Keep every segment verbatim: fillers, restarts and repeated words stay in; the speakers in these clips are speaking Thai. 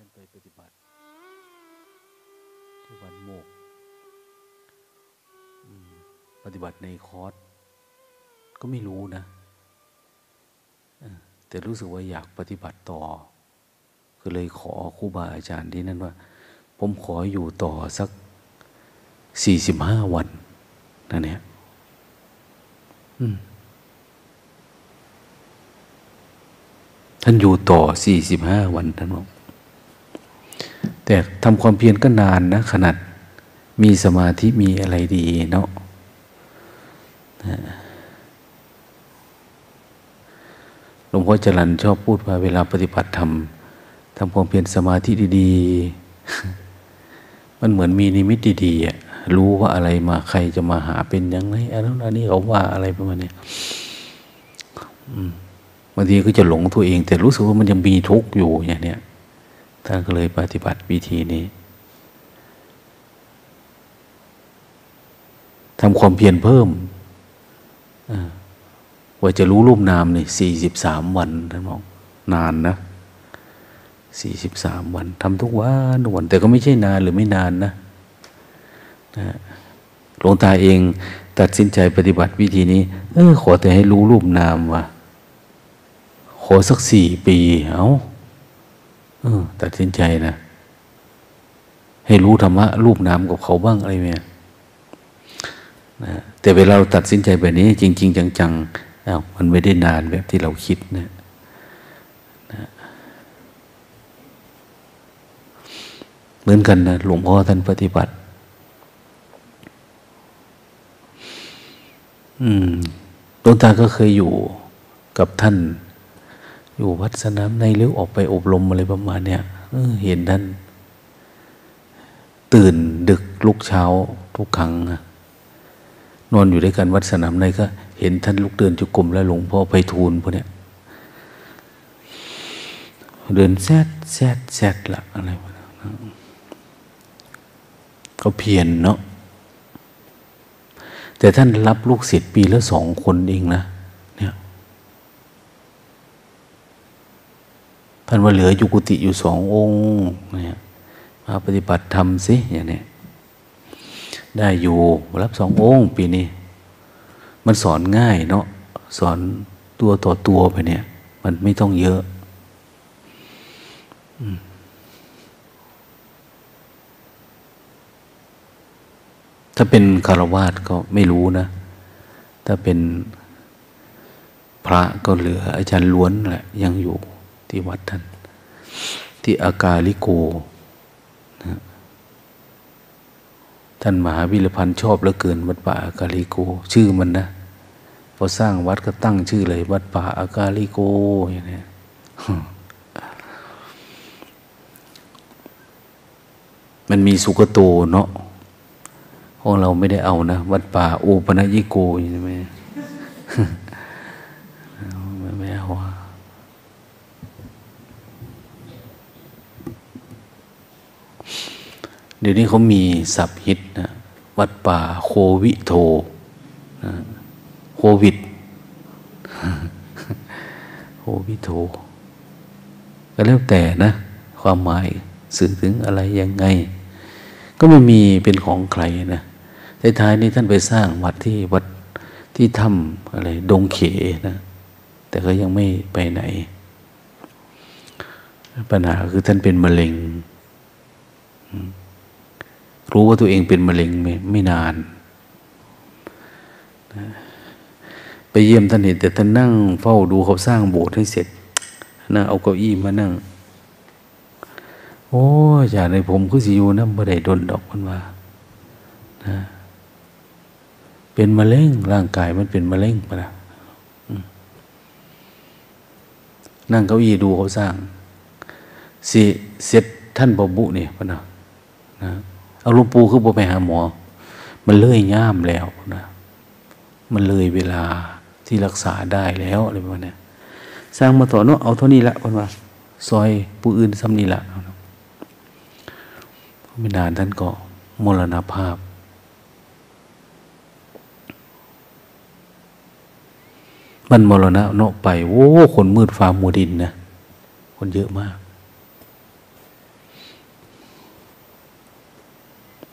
านไปปฏิบัติที่วัดโมกปฏิบัติในคอร์สก็ไม่รู้นะแต่รู้สึกว่าอยากปฏิบัติต่อก็เลยขอครูบาอาจารย์ที่นั่นว่าผมขออยู่ต่อสักสี่สิบห้าวันนั่นเนี่ยท่านอยู่ต่อสี่สิบห้าวันท่านบอกแต่ทำความเพียรก็นานนะขนาดมีสมาธิมีอะไรดีเนาะหลวงพ่อจรัญชอบพูดว่าเวลาปฏิบัติธรรมทำความเพียรสมาธิดีๆมันเหมือนมีนิมิตดีๆอ่ะรู้ว่าอะไรมาใครจะมาหาเป็นยังไงอันนั้นอันนี้เขาว่าอะไรประมาณนี้บางทีก็จะหลงตัวเองแต่รู้สึกว่ามันยังมีทุกข์อยู่อย่างเนี้ยท่านก็เลยปฏิบัติวิธีนี้ทำความเพียรเพิ่มว่าจะรู้รูปนามนี่สี่สิบสามวันท่านบอกนานนะสี่สิบสามวันทำทุกวันทุกวันแต่ก็ไม่ใช่นานหรือไม่นานนะนะหลวงตาเองตัดสินใจปฏิบัติวิธีนี้เออขอแต่ให้รู้รูปนามว่ะขอสักสี่ปีเอาเออตัดสินใจนะให้รู้ธรรมะรูปนามกับเขาบ้างอะไรเนี่ยนะแต่เวลาเราตัดสินใจแบบนี้จริงๆจังๆอ้าวมันไม่ได้นานแบบที่เราคิดนะนะเหมือนกันนะหลวงพ่อท่านปฏิบัติอืมหลวงตาก็เคยอยู่กับท่านอยู่วัดสนามในหรือออกไปอบรมอะไรประมาณเนี้ยเออเห็นท่านตื่นดึกลุกเช้าทุกครั้งนะนอนอยู่ด้วยกันวัดสนามในก็เห็นท่านลุกเดินจุกรมแล้วหลวงพ่อไปทูลพวกเนี้ยเดินแซดแซดแซดละอะไรวะก็เพียรเนาะแต่ท่านรับลูกศิษย์ปีละสองคนเองนะเนี่ยท่านว่าเหลืออยู่กุฏิอยู่สององค์เนี่ยมาปฏิบัติธรรมสิอย่างนี้ได้อยู่รับสององค์ปีนี้มันสอนง่ายเนาะสอนตัวต่อตัวไปเนี่ยมันไม่ต้องเยอะถ้าเป็นคฤหัสถ์ก็ไม่รู้นะถ้าเป็นพระก็เหลืออาจารย์ล้วนแหละยังอยู่ที่วัดท่านที่อากาลิโกนะท่านมหาวิรพันธ์ชอบเหลือเกินวัดป่าอากาลิโกชื่อมันนะพอสร้างวัดก็ตั้งชื่อเลยวัดป่าอากาลิโกอย่างนี้มันมีสุกโตเนาะของเราไม่ได้เอานะวัดป่าโอปนยิโกใช่ไหมไม่เอาเดี๋ยวนี้เขามีศัพท์ฮิตนะวัดป่าโควิโทนะโควิดโควิโทก็แล้วแต่นะความหมายสื่อถึงอะไรยังไงก็ไม่มีเป็นของใครนะท้ายๆนี้ท่านไปสร้างวัดที่วัดที่ถ้ำอะไรดงเขนะแต่ก็ยังไม่ไปไหนปัญหาคือท่านเป็นมะเร็งรู้ว่าตัวเองเป็นมะเร็งไม่ไม่นานไปเยี่ยมท่านเห็นแต่ท่านนั่งเฝ้าดูเขาสร้างโบสถ์ให้เสร็จนั่งเอาเก้าอี้มานั่งโอ้ยอย่าในผมคือสิอยู่นะบ่ได้ดนดอกมันว่านะเป็นมะเร็งร่างกายมันเป็นมะเร็งปะนะนั่งเก้าอี้ดูเขาสร้างสิเสร็จท่านบ่บุนี่ปะนะนะเอาหลวงปู่คือบ่ไปหาหมอมันเลยย่ามแล้วนะมันเลยเวลาที่รักษาได้แล้วอะไรประมาณนี้สร้างมาต่อเนาะเอาเท่านี้ละคนว่าซอยผู้อื่นซ้ำนี่ละไม่นานท่านก็มรณภาพมันมรณะเนาะไปโอ้คนมืดฟ้ามัวดินนะคนเยอะมาก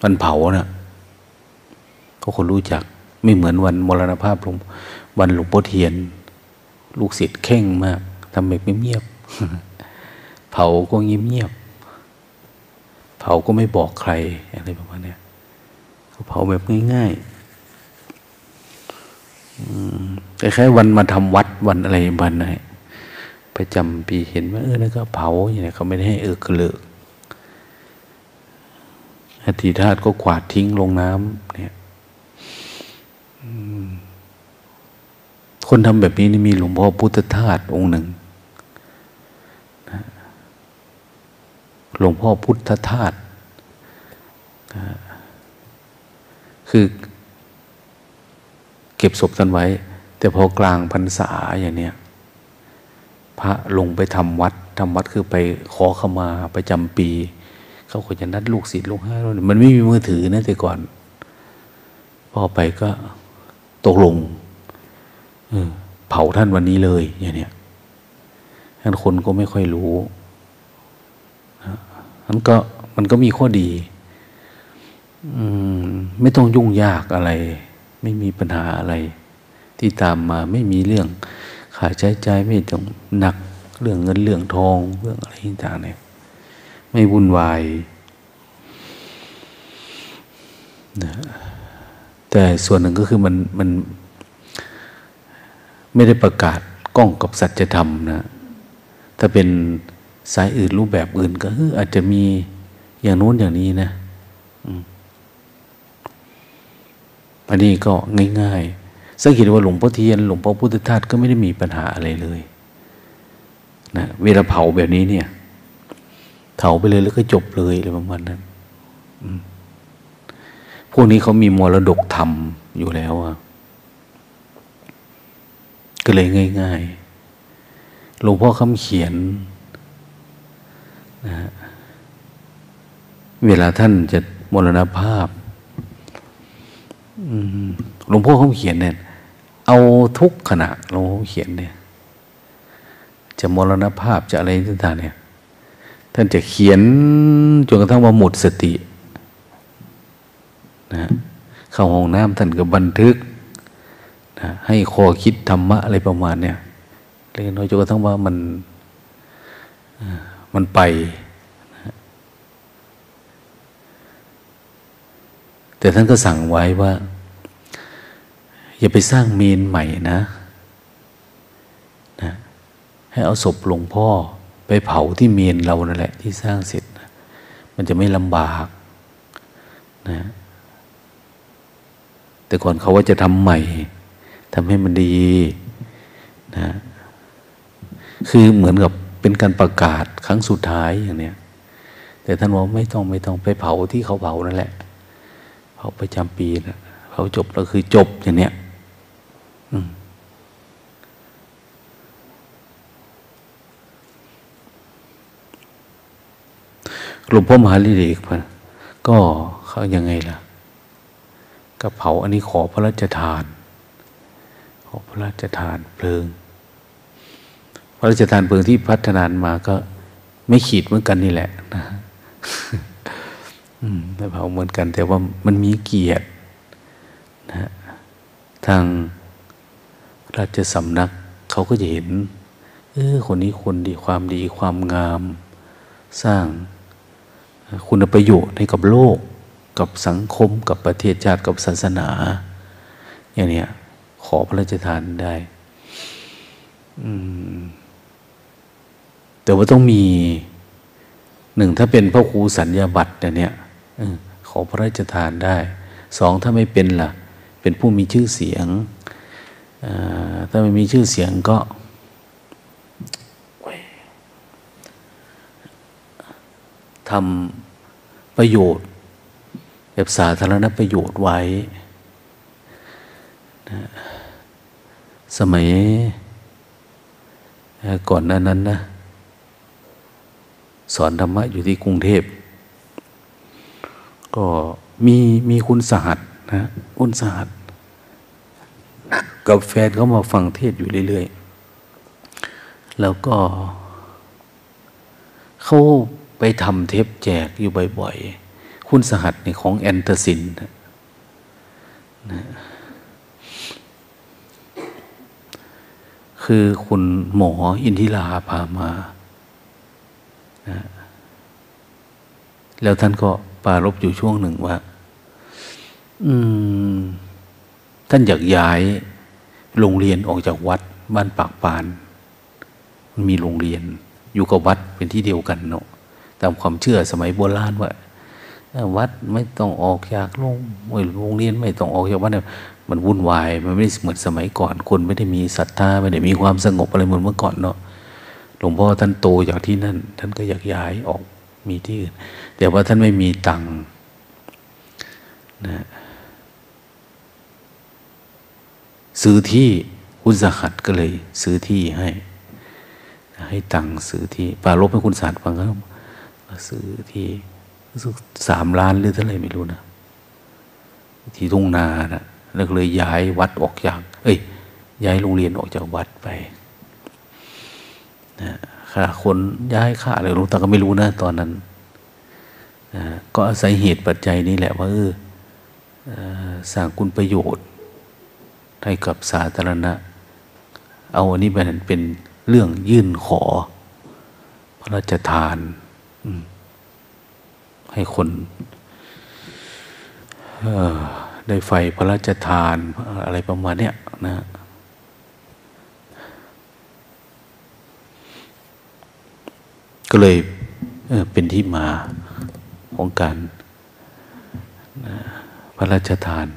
วันเผานะก็คนรู้จักไม่เหมือนวันมรณภาพหลวงวันหลวงพ่อเทียนลูกศิษย์เข่งมากทำแบบเงียบๆเผาก็เงียบๆเผาก็ไม่บอกใครอะไรประมาณนี้เขาเผาแบบง่ายๆคล้ายๆวันมาทำวัดวันอะไรวันไหนประจำปีเห็นว่าเออแล้วก็เผาอย่างนี้เขาไม่ได้ให้เออกระเลิกอธิธาตุก็กวาดทิ้งลงน้ำเนี่ยคนทำแบบนี้นี่มีหลวงพ่อพุทธทาสองค์หนึ่งหลวงพ่อพุทธทาสคือเก็บศพท่านไว้แต่พอกลางพรรษาอย่างเนี้ยพระลงไปทำวัดทำวัดคือไปขอขมาประจำปีเขาก็จะนัดลูกศิษย์ลูกหามันไม่มีมือถือนะแต่ก่อนพอไปก็ตกลงเออเผาท่านวันนี้เลยอย่างเนี้ยท่านคนก็ไม่ค่อยรู้มันก็มันก็มีข้อดีอืมไม่ต้องยุ่งยากอะไรไม่มีปัญหาอะไรที่ตามมาไม่มีเรื่องค่าใช้จ่ายไม่ต้องหนักเรื่องเงินเรื่องทองเรื่องอะไรต่างๆเนี่ยไม่วุ่นวายนะแต่ส่วนหนึ่งก็คือมันมันไม่ได้ประกาศกล้องกับสัจธรรมนะถ้าเป็นสายอื่นรูปแบบอื่นก็อาจจะมีอย่างโน้นอย่างนี้นะอันนี้ก็ง่ายๆสังเกตว่าหลวงพ่อเทียนหลวงพ่อพุทธทาสก็ไม่ได้มีปัญหาอะไรเลยนะเวลาเผาแบบนี้เนี่ยเผาไปเลยแล้วก็จบเลยอะไรประมาณนั้นพวกนี้เขามีมรดกธรรมอยู่แล้วอะก็เลยง่ายๆหลวงพ่อคำเขียนนะเวลาท่านจะมรณภาพหลวงพ่อคำเขียนเนี่ยเอาทุกขณะหลวงพ่อเขียนเนี่ยจะมรณภาพจะอะไรต่างๆเนี่ยท่านจะเขียนจนกระทั่งว่าหมดสตินะเข้าห้องน้ำท่านก็บันทึกนะให้คอคิดธรรมะอะไรประมาณเนี่ยเล็กน้อยจนกระทั่งว่ามันมันไปนะแต่ท่านก็สั่งไว้ว่าอย่าไปสร้างเมนใหม่นะนะให้เอาศพหลวงพ่อไปเผาที่เมนเรานั่นแหละที่สร้างเสร็จนะมันจะไม่ลำบากนะแต่ก่อนเขาว่าจะทำใหม่ทำให้มันดีนะคือเหมือนกับเป็นการประกาศครั้งสุดท้ายอย่างเนี้ยแต่ท่านว่าไม่ต้องไม่ต้องไปเผาที่เขาเผานั่นแหละเผาประจำปีนะเผาจบแล้วคือจบอย่างเนี้ยหลวงพ่อมหาฤดีกก็เขายังไงล่ะกระเผาอันนี้ขอพระราชทานขอพระราชทานเพลิงพระราชทานเพลิงที่พัฒนานมาก็ไม่ขีดเหมือนกันนี่แหละนะแต่เผาเหมือนกันแต่ว่ามันมีเกียรตินะทางราชสำนักเขาก็จะเห็นเออคนนี้คนดีความดีความงามสร้างคุณประโยชน์ให้กับโลกกับสังคมกับประเทศชาติกับศาสนาอย่างเนี้ยขอพระราชทานได้แต่ว่าต้องมีหนึ่งถ้าเป็นพระครูสัญญาบัตรเนี่ยขอพระราชทานได้สองถ้าไม่เป็นล่ะเป็นผู้มีชื่อเสียงถ้าไม่มีชื่อเสียงก็ทำประโยชน์แบบสาธารณประโยชน์ไว้นะสมัยก่อนหน้านั้นนะสอนธรรมะอยู่ที่กรุงเทพก็มีมีคุณสหัสนะคุณสหัสกับแฟนเขามาฟังเทศอยู่เรื่อยๆแล้วก็เขาไปทำเทปแจกอยู่บ่อยๆคุคุณสหัสในของแอนเทอร์ซินนะคือคุณหมออินทิราพามานะแล้วท่านก็ปรารภอยู่ช่วงหนึ่งว่าอืมท่านอยากย้ายโรงเรียนออกจากวัดบ้านปากปานมันมีโรงเรียนอยู่กับวัดเป็นที่เดียวกันเนาะตามความเชื่อสมัยโบราณว่าวัดไม่ต้องออกจากโรงโรงเรียนไม่ต้องออกจากวัดเนี่ยมันวุ่นวายมันไม่เหมือนสมัยก่อนคนไม่ได้มีศรัทธาไม่ได้มีความสงบอะไรเหมือนเมื่อก่อนเนาะหลวงพ่อท่านโตจากที่นั่นท่านก็อยากย้ายออกมีที่อื่นแต่ว่าท่านไม่มีตังค์นะซื้อที่คุณสหัสก็เลยซื้อที่ให้ให้ตังค์ซื้อที่ปรารภให้คุณสหัสฟังครับซื้อที่สามล้านหรือเท่าไหร่ไม่รู้นะที่ทุ่งนานะแล้วเลยย้ายวัดออกจากเอ้ยย้ายโรงเรียนออกจากวัดไปนะค่าคนย้ายค่าอะไรรู้แต่ก็ไม่รู้นะตอนนั้นนะก็อาศัยเหตุปัจจัยนี้แหละว่าเออสร้างคุณประโยชน์ให้กับสาธารณะเอาอันนี้เป็นเป็นเรื่องยื่นขอพระราชทานให้คนได้ไฟพระราชทานอะไรประมาณเนี้ยนะก็เลยเออเป็นที่มาของการนะพระราชทาน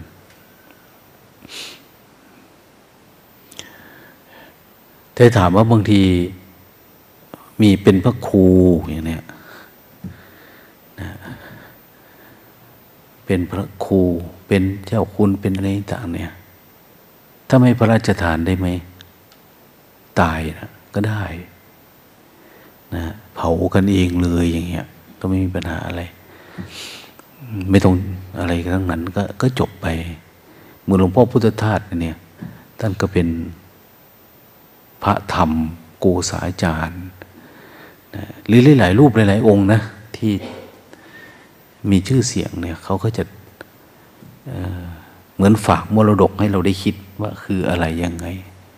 แต่ถามว่าบางทีมีเป็นพระครูอย่างเนี้ยนะเป็นพระครูเป็นเจ้าคุณเป็นอะไรต่างเนี่ยถ้าไม่พระราชทานได้ไหมตายนะก็ได้นะเผากันเองเลยอย่างเงี้ยก็ไม่มีปัญหาอะไรไม่ต้องอะไรทั้งนั้นก็ก็จบไปเหมือนหลวงพ่อพุทธทาสเนี่ยท่านก็เป็นพระธรรมโกษาจารย์นะหรือหลายๆรูปหลายๆองค์นะที่มีชื่อเสียงเนี่ยเขาก็จะ เ, เหมือนฝากมรดกให้เราได้คิดว่าคืออะไรยังไง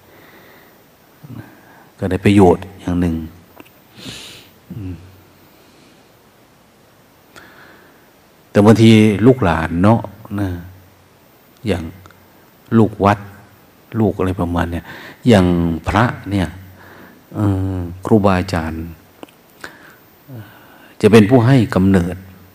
ก็ได้ประโยชน์อย่างหนึ่งแต่บางทีลูกหลานเนาะนะอย่างลูกวัดลูกอะไรประมาณเนี่ยอย่างพระเนี่ยครูบาอาจารย์จะเป็นผู้ให้กำเนิด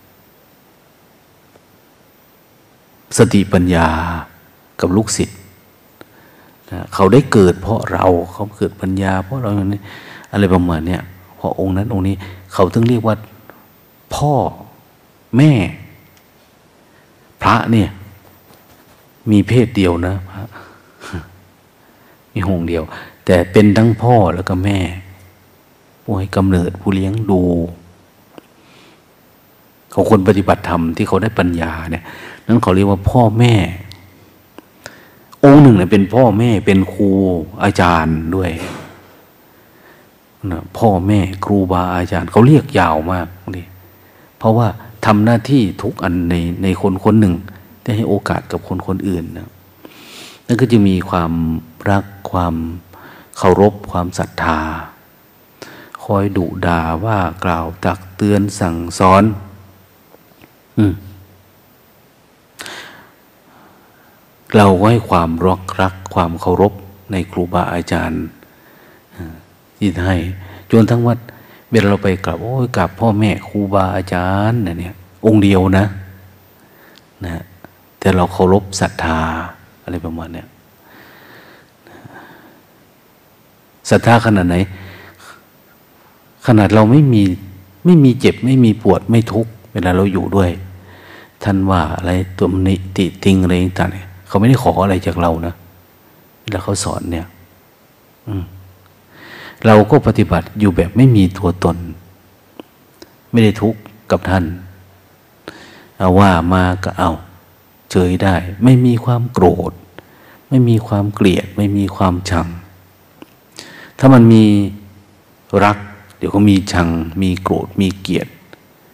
สติปัญญากับลูกศิษย์เขาได้เกิดเพราะเราเขาเกิดปัญญาเพราะเราอย่างนี้อะไรประมาณเนี้ยเพราะองค์นั้นองค์นี้เขาถึงเรียกว่าพ่อแม่พระเนี่ยมีเพศเดียวนะพระมีองค์เดียวแต่เป็นทั้งพ่อแล้วก็แม่ผู้ให้กำเนิดผู้เลี้ยงดูของคนปฏิบัติธรรมที่เขาได้ปัญญาเนี่ยนั้นเขาเรียกว่าพ่อแม่องค์หนึ่งเนี่ยเป็นพ่อแม่เป็นครูอาจารย์ด้วยนะพ่อแม่ครูบาอาจารย์เขาเรียกยาวมากนี่เพราะว่าทำหน้าที่ทุกอันในในคนคนหนึ่งได้ให้โอกาสกับคนคนอื่นนะนั่นก็จะมีความรักความเคารพความศรัทธาคอยดุด่าว่ากล่าวตักเตือนสั่งสอนอืมเราก็ให้ความรักรักความเคารพในครูบาอาจารย์ที่ให้จนทั้งวัดเวลาเราไปกราบโอ้ยกราบพ่อแม่ครูบาอาจารย์เนี่ยองค์เดียวนะนะแต่เราเคารพศรัทธาอะไรประมาณเนี้ยศรัทธาขนาดไหนขนาดเราไม่มีไม่มีเจ็บไม่มีปวดไม่ทุกข์เวลาเราอยู่ด้วยท่านว่าอะไรตัวนิติติงอะไรต่างๆเนี่ยเขาไม่ได้ขออะไรจากเรานะแล้วเขาสอนเนี่ยเราก็ปฏิบัติอยู่แบบไม่มีตัวตนไม่ได้ทุกข์กับท่านเอาว่ามาก็เอาเฉยได้ไม่มีความโกรธไม่มีความเกลียดไม่มีความชังถ้ามันมีรักเดี๋ยวก็มีชังมีโกรธมีเกลียด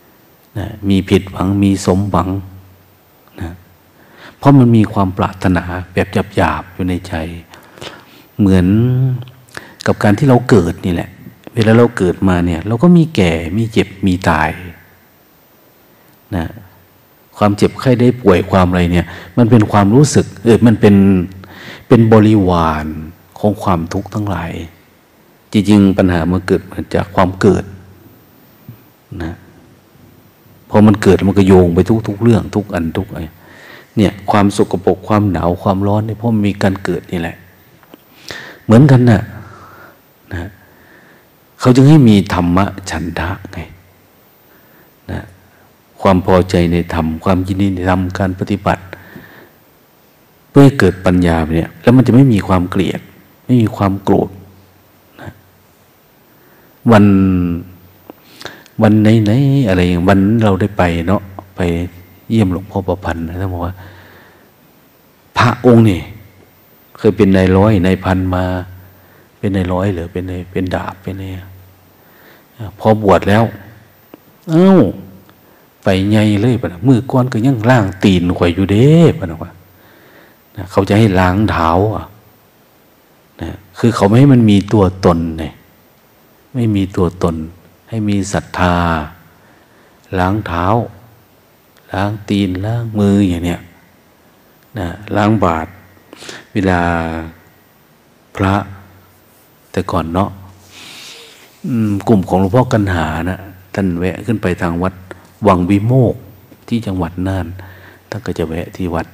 นะมีผิดหวังมีสมหวังนะเพราะมันมีความปรารถนาแบบหยาบๆอยู่ในใจเหมือนกับการที่เราเกิดนี่แหละเวลาเราเกิดมาเนี่ยเราก็มีแก่มีเจ็บมีตายนะความเจ็บไข้ได้ป่วยความอะไรเนี่ยมันเป็นความรู้สึกเออมันเป็นเป็นบริวารของความทุกข์ทั้งหลายจริงๆปัญหามันเกิดมาจากความเกิดนะพอมันเกิดมันก็โยงไปทุกๆเรื่องทุกอันทุกอะไรเนี่ยความสกปรกความหนาวความร้อนเนี่ยเพราะมันมีการเกิดนี่แหละเหมือนกันน่ะนะเขาจึงให้มีธรรมะฉันทะไงนะความพอใจในธรรมความยินดีในธรรมการปฏิบัติเพื่อให้เกิดปัญญาเนี่ยแล้วมันจะไม่มีความเกลียดไม่มีความโกรธนะวันวันไหนๆอะไรอย่างวันเราได้ไปเนาะไปเยี่ยมหลวงพ่อประพันธ์นะท่านบอกว่าพระองค์นี่เคยเป็นนายร้อยนายพันมาเป็นนายร้อยหรือเป็นนายเป็นดาบเป็นนายพอบวชแล้วเอ้าไปไงเลยปะนะมือก้อนก็ยังล้างตีนข่อยอยู่เด้ปะนะว่านะเขาจะให้ล้างเท้าอ่ะนะคือเขาไม่ให้มันมีตัวตนเนี่ยไม่มีตัวตนให้มีศรัทธาล้างเท้าล้างตีนล้างมืออย่างเนี้ยนะล้างบาตรเวลาพระแต่ก่อนเนาะกลุ่มของหลวงพ่อกันหานะท่านแวะขึ้นไปทางวัดวังวิโมกข์ที่จังหวัดน่านท่านก็จะแวะที่วัด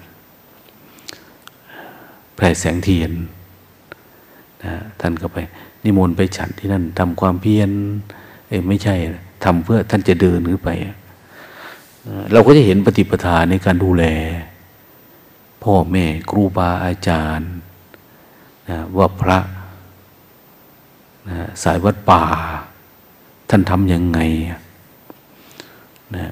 แพร่แสงเทียนนะท่านก็ไปนิมนต์ไปฉันที่นั่นทำความเพียรเอ้ไม่ใช่ทำเพื่อท่านจะเดินขึ้นไปเราก็จะเห็นปฏิปทาในการดูแลพ่อแม่ครูบาอาจารย์นะว่าพระนะสายวัดป่าท่านทำยังไงนะ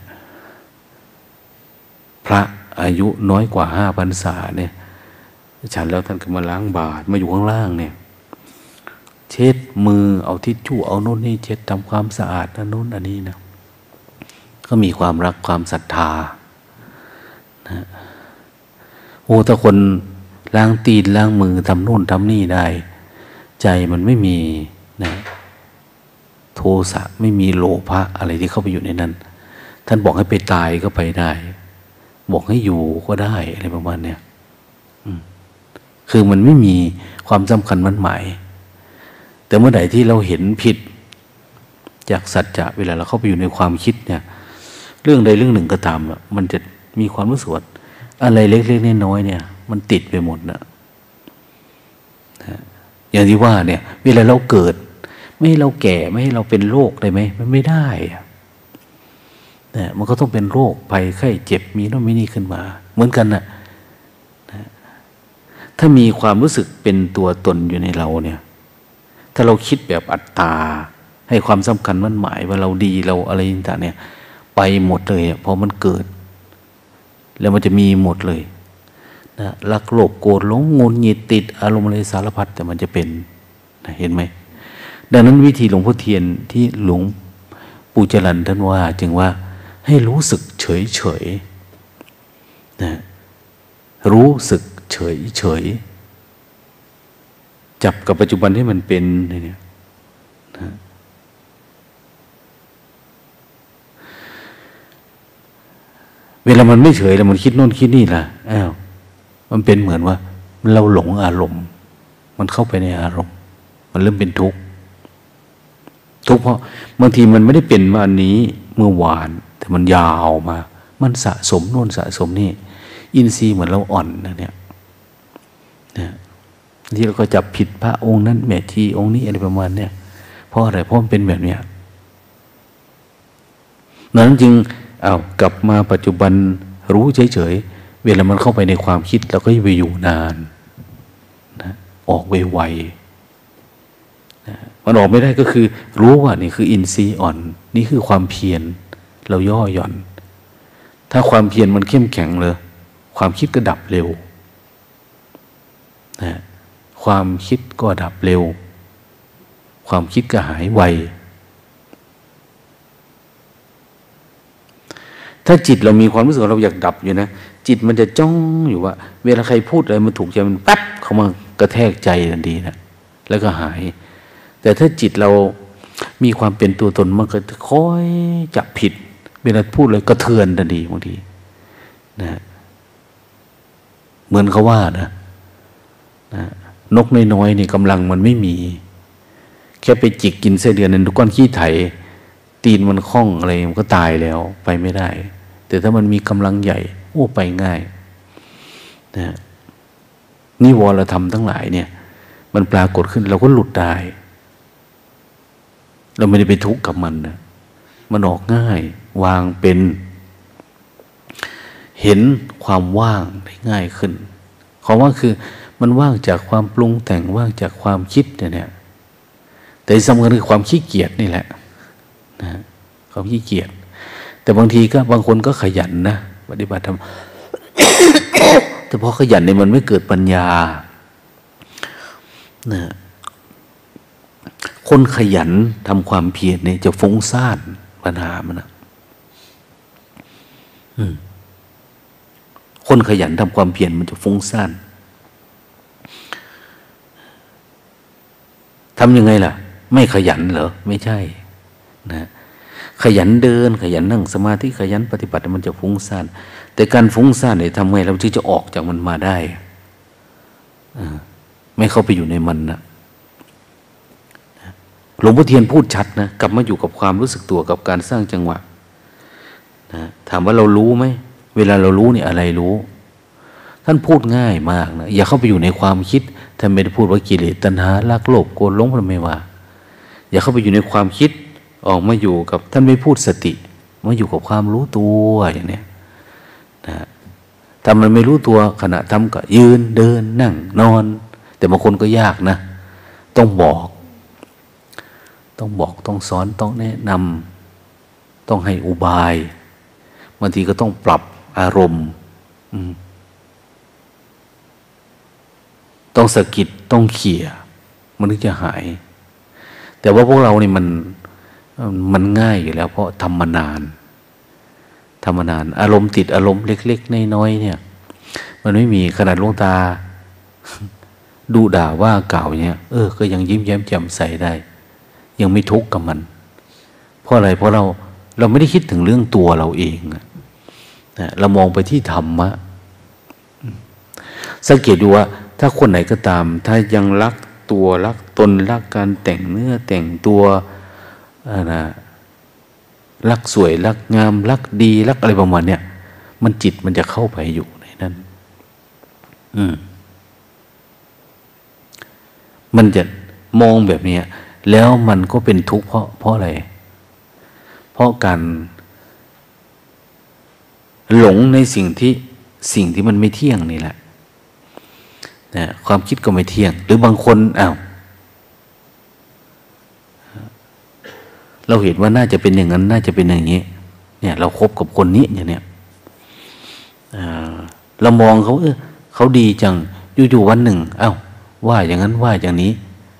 พระอายุน้อยกว่าห้าพรรษาเนี่ยฉันแล้วท่านก็มาล้างบาตรมาอยู่ข้างล่างเนี่ยเช็ดมือเอาทิชชู่เอาโน่นนี่เช็ดทำความสะอาดนั่นโน่นอันนี้นะก็มีความรักความศรัทธานะโอ้ถ้าคนล้างตีนล้างมือทำโน่นทำนี่ได้ใจมันไม่มีนะโทสะไม่มีโลภะอะไรที่เข้าไปอยู่ในนั้นท่านบอกให้ไปตายก็ไปได้บอกให้อยู่ก็ได้อะไรประมาณเนี้ยคือมันไม่มีความสำคัญมั่นหมายแต่เมื่อไหร่ที่เราเห็นผิดจากสัจจะเวลาเราเข้าไปอยู่ในความคิดเนี่ยเรื่องใดเรื่องหนึ่งก็ตามมันจะมีความรู้สึกว่าอะไรเล็กๆน้อยๆเนี่ยมันติดไปหมดนะอย่างที่ว่าเนี่ยเวลาเราเกิดไม่ให้เราแก่ไม่ให้เราเป็นโรคได้ไหมมันไม่ได้เนี่ยมันก็ต้องเป็นโรคภัยไข้เจ็บมีโน่นมีนี่ขึ้นมาเหมือนกันนะถ้ามีความรู้สึกเป็นตัวตนอยู่ในเราเนี่ยถ้าเราคิดแบบอัตตาให้ความสำคัญมั่นหมายว่าเราดีเราอะไรต่างๆเนี่ยไปหมดเลยพอมันเกิดแล้วมันจะมีหมดเลยนะรักโลภโกรธหลงงุนหงิดติดอารมณ์อะไรสารพัดแต่มันจะเป็นนะเห็นไหมดังนั้นวิธีหลวงพ่อเทียนที่หลวงปู่จรัญท่านว่าจึงว่าให้รู้สึกเฉยเฉยนะรู้สึกเฉยเฉยจับกับปัจจุบันที่มันเป็นเนี่ยนะเวลามันไม่เฉยแล้วมันคิดโน่นคิดนี่ล่ะอ้าวมันเป็นเหมือนว่าเราหลงอารมณ์มันเข้าไปในอารมณ์มันเริ่มเป็นทุกข์ทุกข์เพราะบางทีมันไม่ได้เป็นมาอันนี้เมื่อวานแต่มันยาวมามันสะสมโน่นสะสมนี่อินทรีย์เหมือนเราอ่อนนะเนี่ยนะที่เราก็จับผิดพระองค์นั้นแม่ชีองค์นี้อะไรประมาณเนี่ยเพราะอะไรเพราะมันเป็นแบบเนี้ยนั้นจึงเอากลับมาปัจจุบันรู้เฉยๆเวลามันเข้าไปในความคิดเราก็ไปอยู่นานนะออกไวๆนะมันออกไม่ได้ก็คือรู้ว่านี่คืออินทรีย์อ่อนนี่คือความเพียรเราย่อหย่อนถ้าความเพียรมันเข้มแข็งเลยความคิดก็ดับเร็วนะความคิดก็ดับเร็วความคิดก็หายไวถ้าจิตเรามีความรู้สึกเราอยากดับอยู่นะจิตมันจะจ้องอยู่ว่าเวลาใครพูดอะไรมันถูกใจมันปั๊บเข้ามากระแทกใจทันทีนะแล้วก็หายแต่ถ้าจิตเรามีความเป็นตัวตนมันก็คอยจับผิดเวลาพูดเลยกระเทือนทันทีบางทีนะเหมือนเขาว่านะนะนกน้อยๆนี่กำลังมันไม่มีแค่ไปจิกกินไส้เดือนนั้นก้อนขี้ไถตีนมันคล้องอะไรมันก็ตายแล้วไปไม่ได้แต่ถ้ามันมีกำลังใหญ่โอ้ไปง่ายนะนิวรธรรมทั้งหลายเนี่ยมันปรากฏขึ้นเราก็หลุดได้เราไม่ได้ไปทุกข์กับมันนะมันออกง่ายวางเป็นเห็นความว่างได้ง่ายขึ้นความว่างคือมันว่างจากความปรุงแต่งว่างจากความคิดเนี่ยแต่สำคัญคือความขี้เกียจนี่แหละนะความขี้เกียจแต่บางทีก็บางคนก็ขยันนะปฏิบัติธรรม แต่พอขยันเนี่ยมันไม่เกิดปัญญานะคนขยันทำความเพียรเนี่ยจะฟุ้งซ่านปัญหามันนะคนขยันทำความเพียรมันจะฟุ้งซ่านทำยังไงล่ะไม่ขยันเหรอไม่ใช่นะขยันเดินขยันนั่งสมาธิขยันปฏิบัติมันจะฟุ้งซ่านแต่การฟุ้งซ่านเนี่ยทำไงเราถึงจะออกจากมันมาได้ไม่เข้าไปอยู่ในมันนะหลวงพ่อเทียนพูดชัดนะกลับมาอยู่กับความรู้สึกตัวกับการสร้างจังหวะนะถามว่าเรารู้ไหมเวลาเรารู้เนี่ยอะไรรู้ท่านพูดง่ายมากนะอย่าเข้าไปอยู่ในความคิดท่านไม่ได้พูดว่ากิเลสตัณหารักโลภโกรธหลงท่านไม่ว่าอย่าเข้าไปอยู่ในความคิดออกมาอยู่กับท่านไม่พูดสติมาอยู่กับความรู้ตัวอย่างเนี้ยนะถ้ามันไม่รู้ตัวขณะทำก็ยืนเดินนั่งนอนแต่บางคนก็ยากนะต้องบอกต้องบอกต้องสอนต้องแนะนำต้องให้อุบายบางทีก็ต้องปรับอารมณ์ต้องสะกิดต้องเขี่ยมันถึงจะหายแต่ว่าพวกเรานี่มันมันง่ายอยู่แล้วเพราะทำมานานทำมานานอารมณ์ติดอารมณ์เล็กๆน้อยๆเนี่ยมันไม่มีขนาดหลวงตาดูด่าว่าเก่าเนี่ยเออก็ยังยิ้มแย้มแจ่มใสได้ยังไม่ทุกข์กับมันเพราะอะไรเพราะเราเราไม่ได้คิดถึงเรื่องตัวเราเองนะเรามองไปที่ธรรมะสังเกตดูว่าถ้าคนไหนก็ตามถ้ายังรักตัวรักตนรักการแต่งเนื้อแต่งตัวนะรักสวยรักงามรักดีรักอะไรประมาณเนี้ยมันจิตมันจะเข้าไปอยู่ในนั้นอืมมันจะมองแบบนี้แล้วมันก็เป็นทุกข์เพราะเพราะอะไรเพราะการหลงในสิ่งที่สิ่งที่มันไม่เที่ยงนี่แหละนะความคิดก็ไม่เที่ยงหรือบางคนอ้าวเราเห็นว่าน่าจะเป็นอย่างนั้นน่าจะเป็นอย่างนี้เนี่ยเราคบกับคนนี้อย่างเนี้ยเรามองเขาเออเขาดีจังอยู่ๆวันหนึ่งอ้าวว่าอย่างนั้นว่าอย่างนี้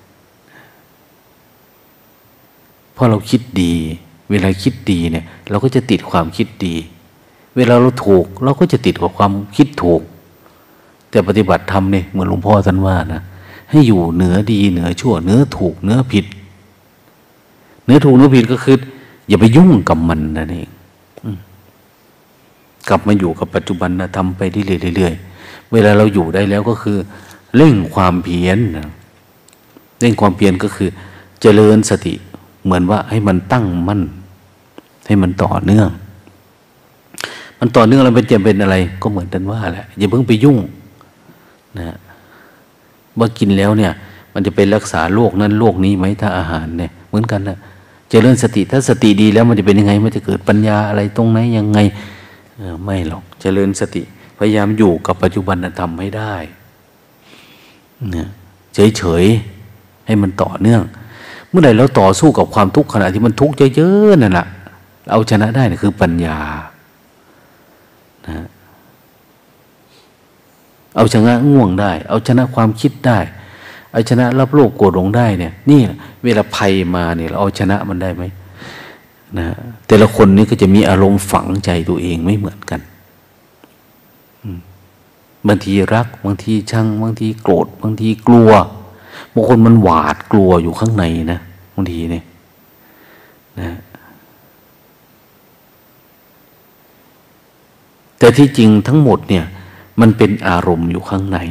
เพราะเราคิดดีเวลาคิดดีเนี่ยเราก็จะติดความคิดดีเวลาเราถูกเราก็จะติดกับความคิดถูกแต่ปฏิบัติธรรมเนี่ยเหมือนหลวงพ่อท่านว่านะให้อยู่เหนือดีเหนือชั่วเหนือถูกเหนือผิดเหนือถูกเหนือผิดก็คืออย่าไปยุ่งกับมันนั่นเองกลับมาอยู่กับปัจจุบันนะทำไปเรื่อยๆเวลาเราอยู่ได้แล้วก็คือเร่งความเพียรนะเร่งความเพียรก็คือเจริญสติเหมือนว่าให้มันตั้งมั่นให้มันต่อเนื่องมันต่อเนื่องแล้วมันจะเป็นอะไรก็เหมือนกันว่าแหละอย่าเพิ่งไปยุ่งนะเมื่อกินแล้วเนี่ยมันจะไปรักษาโรคนั้นโรคนี้ไหมถ้าอาหารเนี่ยเหมือนกันนะเจริญสติถ้าสติดีแล้วมันจะเป็นยังไงมันจะเกิดปัญญาอะไรตรงไหนยังไงไม่หรอกเจริญสติพยายามอยู่กับปัจจุบันธรรมให้ได้เนี่ยเฉยๆให้มันต่อเนื่องเมื่อไหร่เราต่อสู้กับความทุกข์ขณะที่มันทุกข์เยอะๆนั่นแหละเอาชนะได้นี่คือปัญญานะเอาชนะง่วงได้เอาชนะความคิดได้เอาชนะรับโลภโกรธหลงได้เนี่ยนี่เวลาภัยมาเนี่ยเราเอาชนะมันได้ไหมนะแต่ละคนนี่ก็จะมีอารมณ์ฝังใจตัวเองไม่เหมือนกันบางทีรักบางทีชังบางทีโกรธบางทีกลัวบางคนมันหวาดกลัวอยู่ข้างในนะบางทีเนี่ยนะแต่ที่จริงทั้งหมดเนี่ยมันเป็นอารมณ์อยู่ข้างใน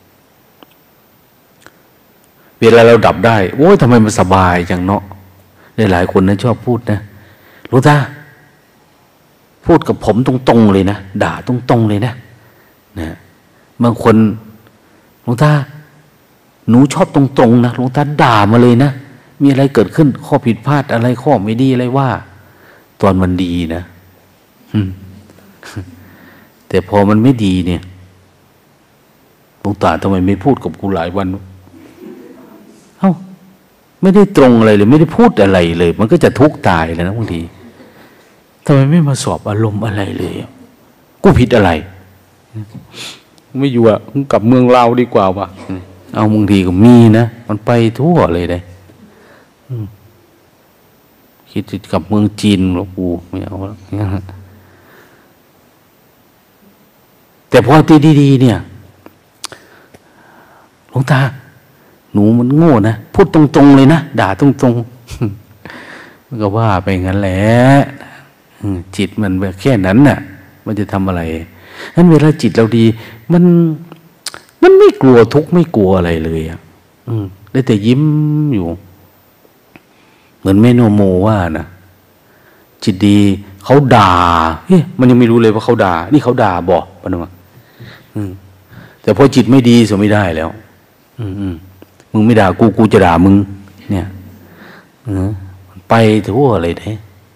เวลาเราดับได้โอ้ยทำไมมันสบายจังเนาะหลายคนนะชอบพูดนะหลวงตาพูดกับผมตรงๆเลยนะด่าตรงๆเลยนะนะบางคนหลวงตาหนูชอบตรงๆนะหลวงตาด่ามาเลยนะมีอะไรเกิดขึ้นข้อผิดพลาดอะไรข้อไม่ดีอะไรว่าตอนมันดีนะแต่พอมันไม่ดีเนี่ยหลวงตาทำไมไม่พูดกับกูหลายวันเอ้าไม่ได้ตรงอะไรเลยไม่ได้พูดอะไรเลยมันก็จะทุกข์ตายเลยนะบางทีทำไมไม่มาสอบอารมณ์อะไรเลยกูผิดอะไรไม่อยู่อ่ะกลับเมืองลาวดีกว่าวะเอาบางทีก็มีนะมันไปทั่วเลยได้คิดจะกลับเมืองจีนหรอกกูไม่เอาแล้วแต่พอที่ดีๆเนี่ยหลวงตาหนูมันโง่นะพูดตรงๆเลยนะด่าตรงๆมันก็ว่าไปงั้นแหละจิตมันแบบแค่นั้นน่ะมันจะทำอะไรนั้นเวลาจิตเราดีมันมันไม่กลัวทุกข์ไม่กลัวอะไรเลยอ่ะได้แต่ยิ้มอยู่เหมือนแม่โนโมว่านะจิตดีเขาด่าเฮ้ยมันยังไม่รู้เลยว่าเขาด่านี่เขาด่าบอกปะนะแต่พอจิตไม่ดีจะไม่ได้แล้วอืมมึงไม่ด่ากูกูจะด่ามึงเนี่ยไปทั่วเลยเด้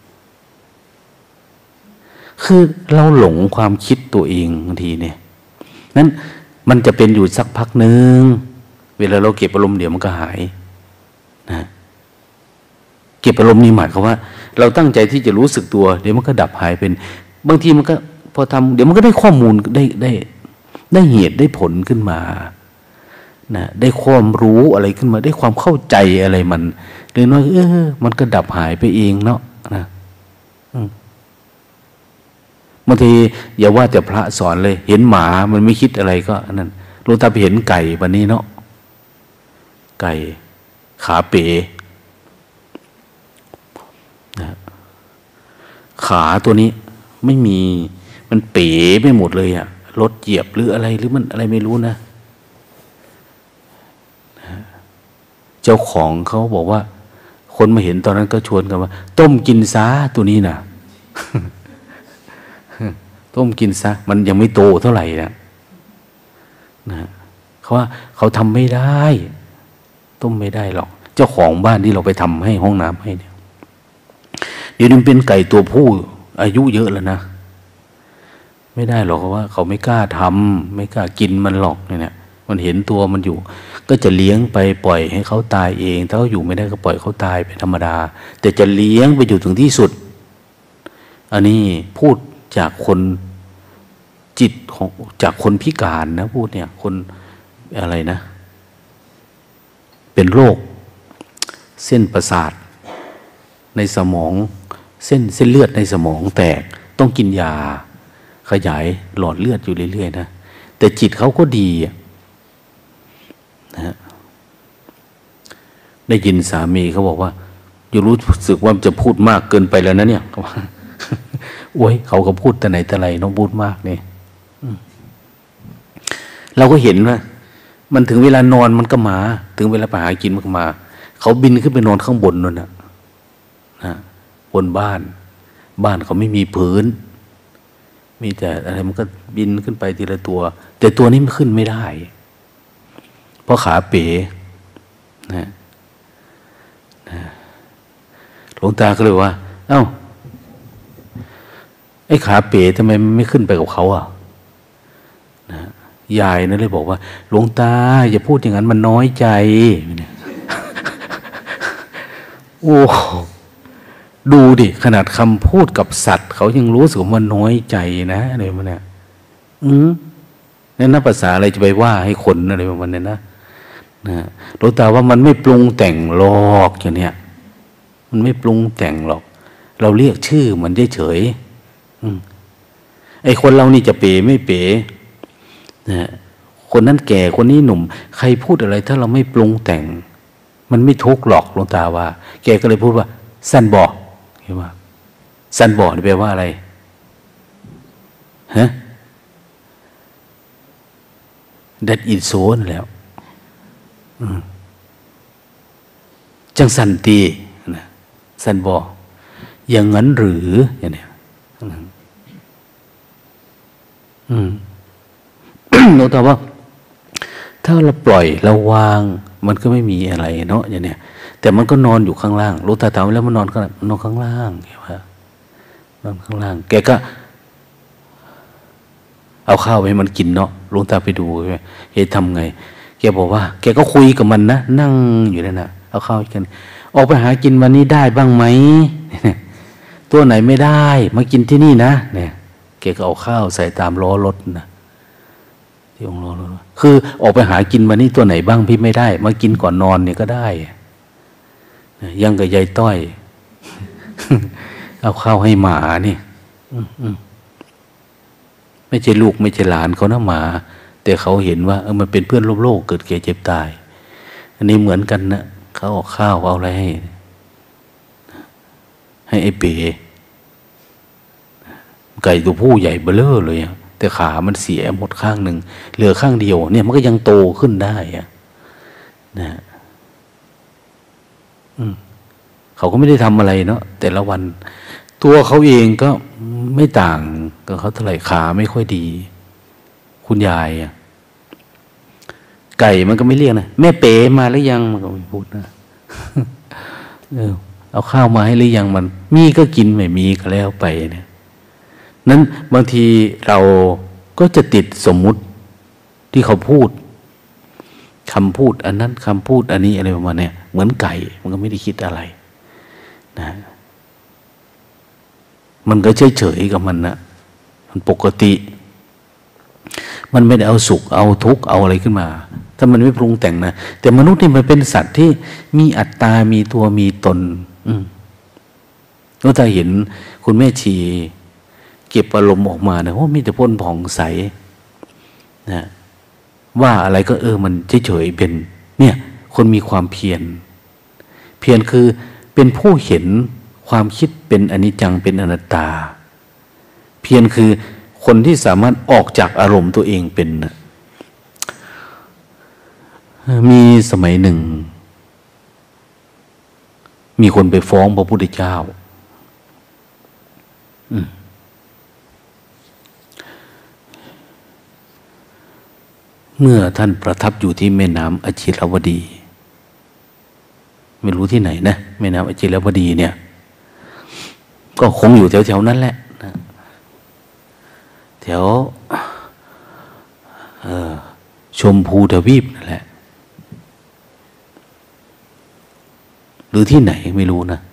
คือเราหลงความคิดตัวเองบางทีเนี่ยนั้นมันจะเป็นอยู่สักพักหนึ่งเวลาเราเก็บอารมณ์เดี๋ยวมันก็หายนะเก็บอารมณ์นี่หมายความว่าเราตั้งใจที่จะรู้สึกตัวเดี๋ยวมันก็ดับหายเป็นบางทีมันก็พอทำเดี๋ยวมันก็ได้ข้อมูลได้ได้ได้เหตุได้ผลขึ้นมานะได้ความรู้อะไรขึ้นมาได้ความเข้าใจอะไรมันเรื่องน้อยเออมันก็ดับหายไปเองเนาะนะบางทีอย่าว่าแต่พระสอนเลยเห็นหมามันไม่คิดอะไรก็นั่นหลวงตาไปเห็นไก่วันนี้เนาะไก่ขาเป๋นะขาตัวนี้ไม่มีมันเป๋ไปหมดเลยอะรถเหยียบหรืออะไรหรือมันอะไรไม่รู้นะเจ้าของเขาบอกว่าคนมาเห็นตอนนั้นก็ชวนกันว่าต้มกินซะตัวนี้นะต้มกินซะมันยังไม่โตเท่าไหร่นะนะเขาว่าเขาทำไม่ได้ต้มไม่ได้หรอกเจ้าของบ้านที่เราไปทำให้ห้องน้ำให้เนี่ยเดี๋ยวนี้เป็นไก่ตัวผู้อายุเยอะแล้วนะไม่ได้หรอกเพราะว่าเขาไม่กล้าทำไม่กล้ากินมันหรอกเนี่ยมันเห็นตัวมันอยู่ก็จะเลี้ยงไปปล่อยให้เขาตายเองถ้าเขาอยู่ไม่ได้ก็ปล่อยเขาตายไปธรรมดาแต่จะเลี้ยงไปอยู่ถึงที่สุดอันนี้พูดจากคนจิตของจากคนพิการนะพูดเนี่ยคนอะไรนะเป็นโรคเส้นประสาทในสมองเส้นเส้นเลือดในสมองแตกต้องกินยาขยายหลอดเลือดอยู่เรื่อยๆนะแต่จิตเขาก็ดีนะได้ยินสามีเขาบอกว่าอยู่รู้สึกว่าจะพูดมากเกินไปแล้วนะเนี่ยเขาว่าโอ้ยเขาก็พูดแต่ไหนแต่ไรน้องพูดมากเนี่ยเราก็เห็นว่ามันถึงเวลานอนมันก็มาถึงเวลาไปหากินมันก็มาเขาบินขึ้นไปนอนข้างบนนั่นนะนะบนบ้านบ้านเขาไม่มีพื้นมีแต่อะไรมันก็บินขึ้นไปทีละตัวแต่ตัวนี้มันขึ้นไม่ได้เพราะขาเป๋นะนะหลวงตาก็เลยว่าเอ้าไอ้ขาเป๋ทำไมมันไม่ขึ้นไปกับเขาอ่ะนะยายนั่นเลยบอกว่าหลวงตาอย่าพูดอย่างนั้นมันน้อยใจโอ้ดูดิขนาดคำพูดกับสัตว์เขายังรู้สึกว่าน้อยใจนะอะไรมันเนี่ยอืมนั่นนับภาษาอะไรจะไปว่าให้คนอะไรประมาณนี้นะนะหลวงตาว่ามันไม่ปรุงแต่งหรอกอย่างเนี้ยมันไม่ปรุงแต่งหรอกเราเรียกชื่อมันเฉยๆไอ้คนเรานี่จะเป๋ไม่เป๋นะคนนั้นแก่คนนี้หนุ่มใครพูดอะไรถ้าเราไม่ปรุงแต่งมันไม่ทุกข์หรอกหลวงตาว่าแกก็เลยพูดว่าสั้นบ่เห็นไหมสั้นบ่นี่แปลว่าอะไรฮะดัดอินโซนแล้วจังสันตีนะสันบอกอย่างนั้นหรืออย่างเนี้ยอืม เราตอบว่าถ้าเราปล่อยเราวางมันก็ไม่มีอะไรเนาะอย่างเนี้ยแต่มันก็นอนอยู่ข้างล่างรู้ตาถามแล้วมันนอนข้างนอนข้างล่างเห็นไหมนอนข้างล่างแกก็เอาข้าวให้มันกินเนาะหลวงตาไปดูใช่ไหมเฮ้ยทำไงแกบอกว่าแกก็คุยกับมันนะนั่งอยู่นั่นนะเอาข้าวให้กันออกไปหากินวันนี้ได้บ้างไหมตัวไหนไม่ได้มากินที่นี่นะเนี่ยแกก็เอาข้าวใส่ตามล้อรถนะที่องล้อรถคือออกไปหากินวันนี้ตัวไหนบ้างพี่ไม่ได้มากินก่อนนอนเนี่ยก็ได้ยังกับยายต้อยเอาข้าวให้หมานี่ไม่ใช่ลูกไม่ใช่หลานเขานะหมาแต่เขาเห็นว่าเออมันเป็นเพื่อนโลกโลกเกิดแก่เจ็บตายอันนี้เหมือนกันนะเขาเอาข้าวเอาอะไรให้ให้ไอ้เป๋ไก่ตัวผู้ใหญ่เบ้อเร่อเลยแต่ขามันเสียหมดข้างหนึ่งเหลือข้างเดียวเนี่ยมันก็ยังโตขึ้นได้อะนะเขาก็ไม่ได้ทำอะไรเนาะแต่ละวันตัวเขาเองก็ไม่ต่างกับเขาเท่าไหร่ขาไม่ค่อยดีคุณยายอะไก่มันก็ไม่เรียกนะแม่เป๋มาหรือยังมันก็ไม่พูดนะเออเอาข้าวมาให้หรือยังมันมีก็กินไม่มีก็แล้วไปเนี่ยนั้นบางทีเราก็จะติดสมมุติที่เขาพูดคำพูดอันนั้นคำพูดอันนี้อะไรประมาณนี้เหมือนไก่มันก็ไม่ได้คิดอะไรนะมันก็เฉยๆกับมันนะมันปกติมันไม่ได้เอาสุขเอาทุกข์เอาอะไรขึ้นมาถ้ามันไม่ปรุงแต่งนะแต่มนุษย์นี่มันเป็นสัตว์ที่มีอัตตามีตัวมีตนอืมก็ถ้าเห็นคุณแม่ชีเก็บอารมณ์ออกมาเนี่ยโอ้มีแต่พ่นผ่องใสนะว่าอะไรก็เออมันเฉยๆเป็นเนี่ยคนมีความเพียรเพียรคือเป็นผู้เห็นความคิดเป็นอนิจจังเป็นอนัตตาเพียรคือคนที่สามารถออกจากอารมณ์ตัวเองเป็นนะมีสมัยหนึ่งมีคนไปฟ้องพระพุทธเจ้าเมื่อท่านประทับอยู่ที่แม่น้ำอจิรวดีไม่รู้ที่ไหนนะแม่น้ำอจิรวดีเนี่ยก็คงอยู่แถวๆนั้นแหละนะแถวชมพูทวีปนั่นแหละหรือที่ไหนไม่รู้นะ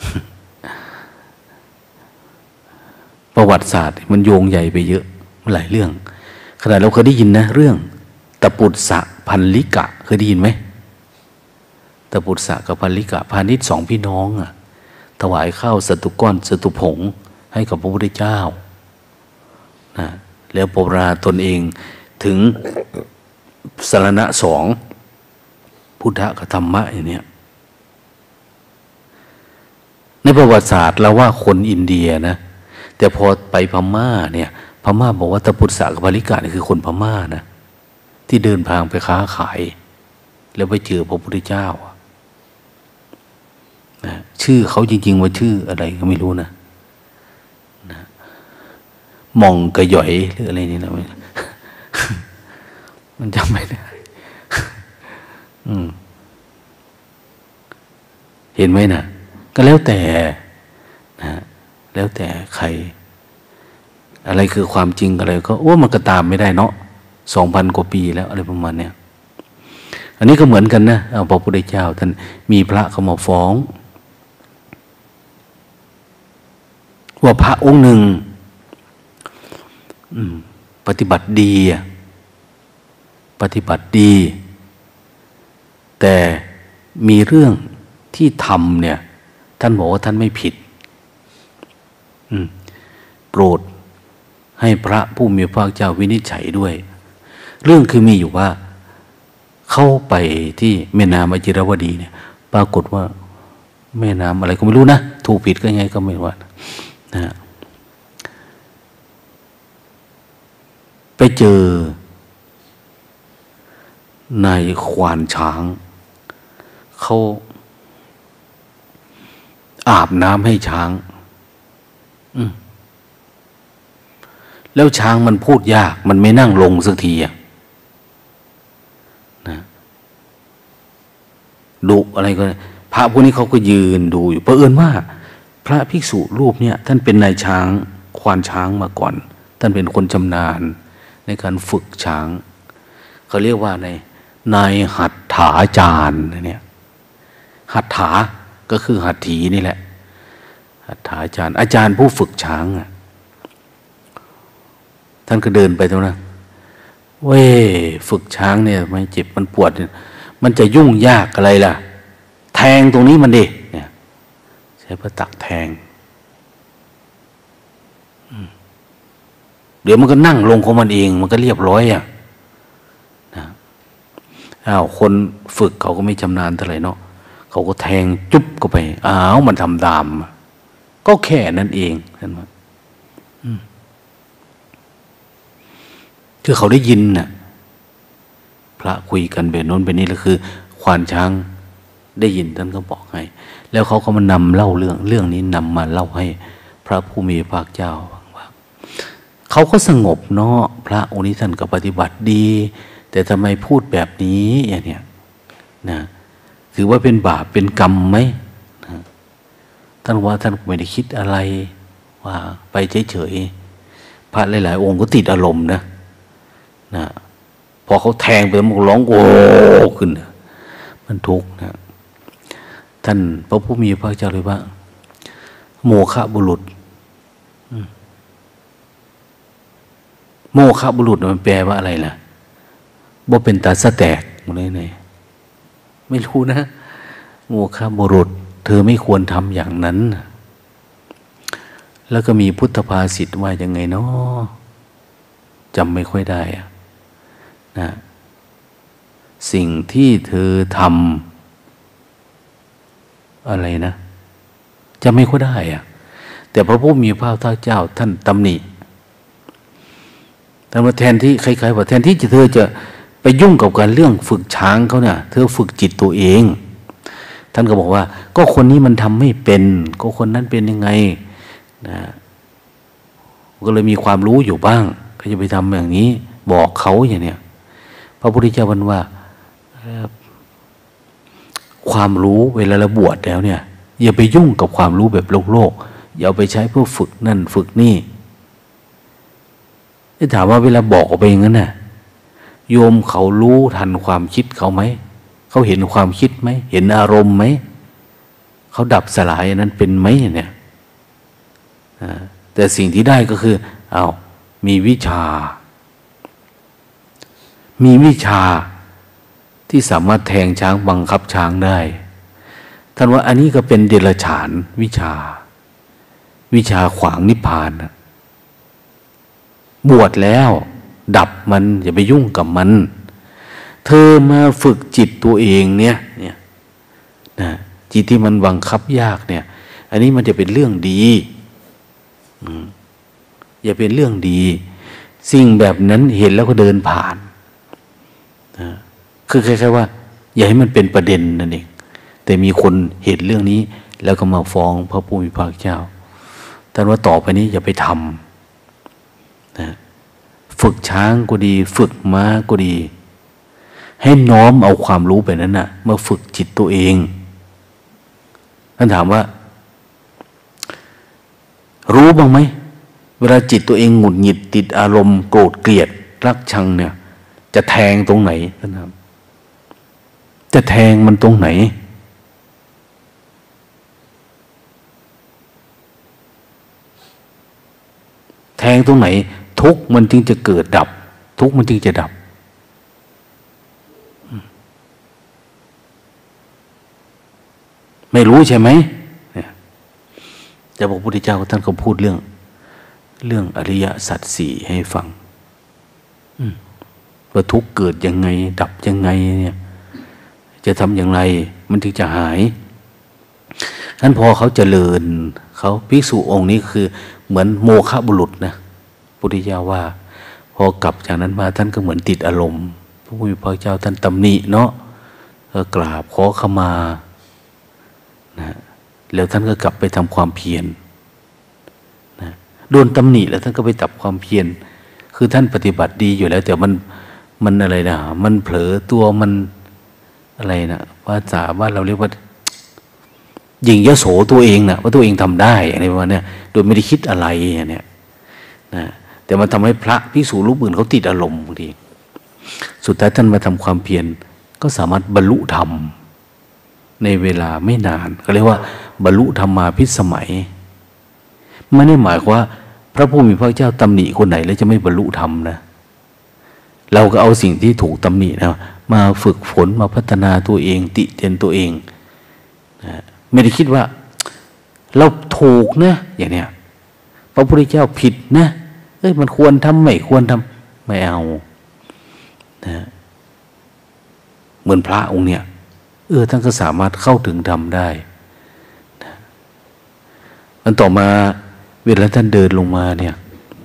ประวัติศาสตร์มันโยงใหญ่ไปเยอะหลายเรื่องขนาดเราเคยได้ยินนะเรื่องตปุตสะพันลิกะเคยได้ยินไหมตปุตสะกับพันลิกะพาณิชย์สองพี่น้องอ่ะถวายข้าวสตุก้อนสตุผงให้กับพระพุทธเจ้านะแล้วปราตนเองถึงสรณะสองพุทธกับธรรมะอย่างเนี้ยในประวัติศาสตร์เราว่าคนอินเดียนะแต่พอไปพม่าเนี่ยพม่าบอกว่าตปุตสะกับพันลิกะนี่คือคนพม่านะที่เดินทางไปค้าขายแล้วไปเจอพระพุทธเจ้านะชื่อเขาจริงๆว่าชื่ออะไรก็ไม่รู้นะนะมองกระหย่อยหรืออะไรนี่นะมันจำไม่ได้อืมเห็นไหมนะก็แล้วแต่นะแล้วแต่ใครอะไรคือความจริงอะไรก็โอ้มันก็ตามไม่ได้เนาะสองพันกว่าปีแล้วอะไรประมาณเนี้ยอันนี้ก็เหมือนกันนะเอาพระพุทธเจ้าท่านมีพระเขามาฟ้องว่าพระองค์หนึ่งปฏิบัติดีปฏิบัติดีแต่มีเรื่องที่ทำเนี่ยท่านบอกว่าท่านไม่ผิดโปรดให้พระผู้มีพระภาคเจ้าวินิจฉัยด้วย เรื่องคือมีอยู่ว่าเข้าไปที่แม่น้ำอจิรวดีเนี่ยปรากฏว่าแม่น้ำอะไรก็ไม่รู้นะถูกผิดก็ยังไงก็ไม่รู้นะไปเจอนายควานช้างเขาอาบน้ำให้ช้างแล้วช้างมันพูดยากมันไม่นั่งลงสักทีอะนะดุอะไรก็พระพวกนี้เขาก็ยืนดูอยู่เผอิญว่าพระภิกษุรูปเนี่ยท่านเป็นนายช้างควานช้างมาก่อนท่านเป็นคนชำนาญในการฝึกช้างเขาเรียกว่าในนายหัตถาจารย์เนี่ยหัตถาก็คือหัตถีนี่แหละหัตถาจารย์อาจารย์ผู้ฝึกช้างอ่ะท่านก็เดินไปตรงนั้นเว้ยฝึกช้างเนี่ยมันเจ็บมันปวดมันจะยุ่งยากอะไรล่ะแทงตรงนี้มันดิเนี่ยใช้พระตักแทงเดี๋ยวมันก็นั่งลงของมันเองมันก็เรียบร้อยอ่ะนะอ้าวคนฝึกเขาก็ไม่ชำนาญเท่าไหร่เนาะเขาก็แทงจุ๊บเข้าไปอ้าวมันทำตามก็แค่นั้นเองเห็นไหมคือเขาได้ยินน่ะพระคุยกันแบบโน้นแบบนี้แล้วคือควานช้างได้ยินท่านก็บอกให้แล้วเขาก็มานำเล่าเรื่องเรื่องนี้นำมาเล่าให้พระผู้มีพระภาคเจ้าว่าเขาก็สงบเนาะพระองค์นี้ท่านก็ปฏิบัติดีแต่ทำไมพูดแบบนี้อย่างเนี้ยนะถือว่าเป็นบาปเป็นกรรมไหมนะท่านว่าท่านไม่ได้คิดอะไรว่าไปเฉยๆพระหลายๆองค์ก็ติดอารมณ์นะนะพอเขาแทงไปมันร้องโอ้ขึ้นมันทุกข์นะท่านพระผู้มีพระภาคเจ้าเลยว่าโมฆะบุรุษโมฆะบุรุษมันแปลว่าอะไรล่ะบ่เป็นตาสะแตกหมดเลยเนี่ยไม่รู้นะโมฆะบุรุษเธอไม่ควรทำอย่างนั้นแล้วก็มีพุทธภาษิตว่ายังไงเนาะจำไม่ค่อยได้อะนะสิ่งที่เธอทำอะไรนะจำไม่ค่อยได้อะแต่พระผู้มีพระภาคเจ้าท่านตำหนิแต่ว่าแทนที่คล้ายๆว่าแทนที่จะเธอจะไปยุ่งกับการเรื่องฝึกช้างเขาเนี่ยเธอฝึกจิตตัวเองท่านก็บอกว่าก็คนนี้มันทำไม่เป็นก็คนนั้นเป็นยังไงนะก็เลยมีความรู้อยู่บ้างก็จะไปทำอย่างนี้บอกเขาอย่างเนี้ยพระพุทธเจ้าบอกว่าความรู้เวลาเราบวชแล้วเนี่ยอย่าไปยุ่งกับความรู้แบบโลกโลกอย่าเอาไปใช้เพื่อฝึกนั่นฝึกนี่จะถามว่าเวลาบอกออกไปอย่างนั้นน่ะโยมเขารู้ทันความคิดเขาไหมเขาเห็นความคิดไหมเห็นอารมณ์ไหมเขาดับสลายนั้นเป็นไหมเนี่ยแต่สิ่งที่ได้ก็คือเอามีวิชามีวิชาที่สามารถแทงช้างบังคับช้างได้ท่านว่าอันนี้ก็เป็นเดรัจฉานวิชาวิชาขวางนิพพานนะบวชแล้วดับมันอย่าไปยุ่งกับมันเธอมาฝึกจิตตัวเองเนี่ยเนี่ยนะจิตที่มันบังคับยากเนี่ยอันนี้มันจะเป็นเรื่องดีอย่าเป็นเรื่องดีสิ่งแบบนั้นเห็นแล้วก็เดินผ่านนะคือคล้ายๆว่าอย่าให้มันเป็นประเด็นนั่นเองแต่มีคนเห็นเรื่องนี้แล้วก็มาฟ้องพระผู้มีพระภาคเจ้าแต่ว่าต่อไปนี้อย่าไปทำนะฝึกช้างก็ดีฝึกม้าก็ดีให้น้อมเอาความรู้ไปนั้นน่ะมาฝึกจิตตัวเองท่านถามว่ารู้บ้างไหมเวลาจิตตัวเองหงุดหงิดติดอารมณ์โกรธเกลียดรักชังเนี่ยจะแทงตรงไหนท่านถามจะแทงมันตรงไหนแทงตรงไหนทุกข์มันจึงจะเกิดดับทุกข์มันจึงจะดับไม่รู้ใช่ไหมแต่พระพุทธเจ้าท่านก็พูดเรื่องเรื่องอริยสัจสี่ให้ฟังว่าทุกข์เกิดยังไงดับยังไงเนี่ยจะทำอย่างไรมันถึงจะหายท่านพอเขาเจริญเขาภิกษุองค์นี้คือเหมือนโมฆะบุรุษนะพุทธเจ้าว่าพอกลับจากนั้นมาท่านก็เหมือนติดอารมณ์พระผู้มีพระเจ้าท่านตำหนิเนาะก็กราบขอขมานะแล้วท่านก็กลับไปทำความเพียรนะโดนตำหนิแล้วท่านก็ไปตับความเพียรคือท่านปฏิบัติดีอยู่แล้วแต่มันมันอะไรนะมันเผลอตัวมันอะไรนะภาษาว่าเราเรียกว่ายิงยโสตัวเองนะว่าตัวเองทำได้อะไรประมาณนี้โดยไม่ได้คิดอะไรอย่างเนี้ยนะแต่มันทำให้พระภิกษุรูปอื่นเขาติดอารมณ์บางทีสุดท้ายท่านมาทำความเพียรก็สามารถบรรลุธรรมในเวลาไม่นานก็เรียกว่าบรรลุธรรมาภิสมัยไม่ได้หมายว่าพระผู้มีพระเจ้าตำหนิคนไหนแล้วจะไม่บรรลุธรรมนะเราก็เอาสิ่งที่ถูกตำหนินะมาฝึกฝนมาพัฒนาตัวเองติเตียนตัวเองนะไม่ได้คิดว่าเราถูกนะอย่างเนี้ยพระพุทธเจ้าผิดนะเอ้ยมันควรทำไม่ควรทำไม่เอานะเหมือนพระองค์เนี่ยเออท่านก็สามารถเข้าถึงธรรมได้นะมันต่อมาเวลาท่านเดินลงมาเนี่ย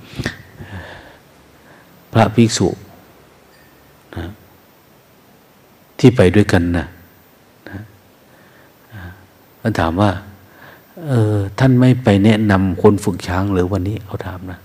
พระภิกษุนะที่ไปด้วยกันนะนะมันถามว่าเออท่านไม่ไปแนะนำคนฝึกช้างหรือวันนี้เขาถามนะ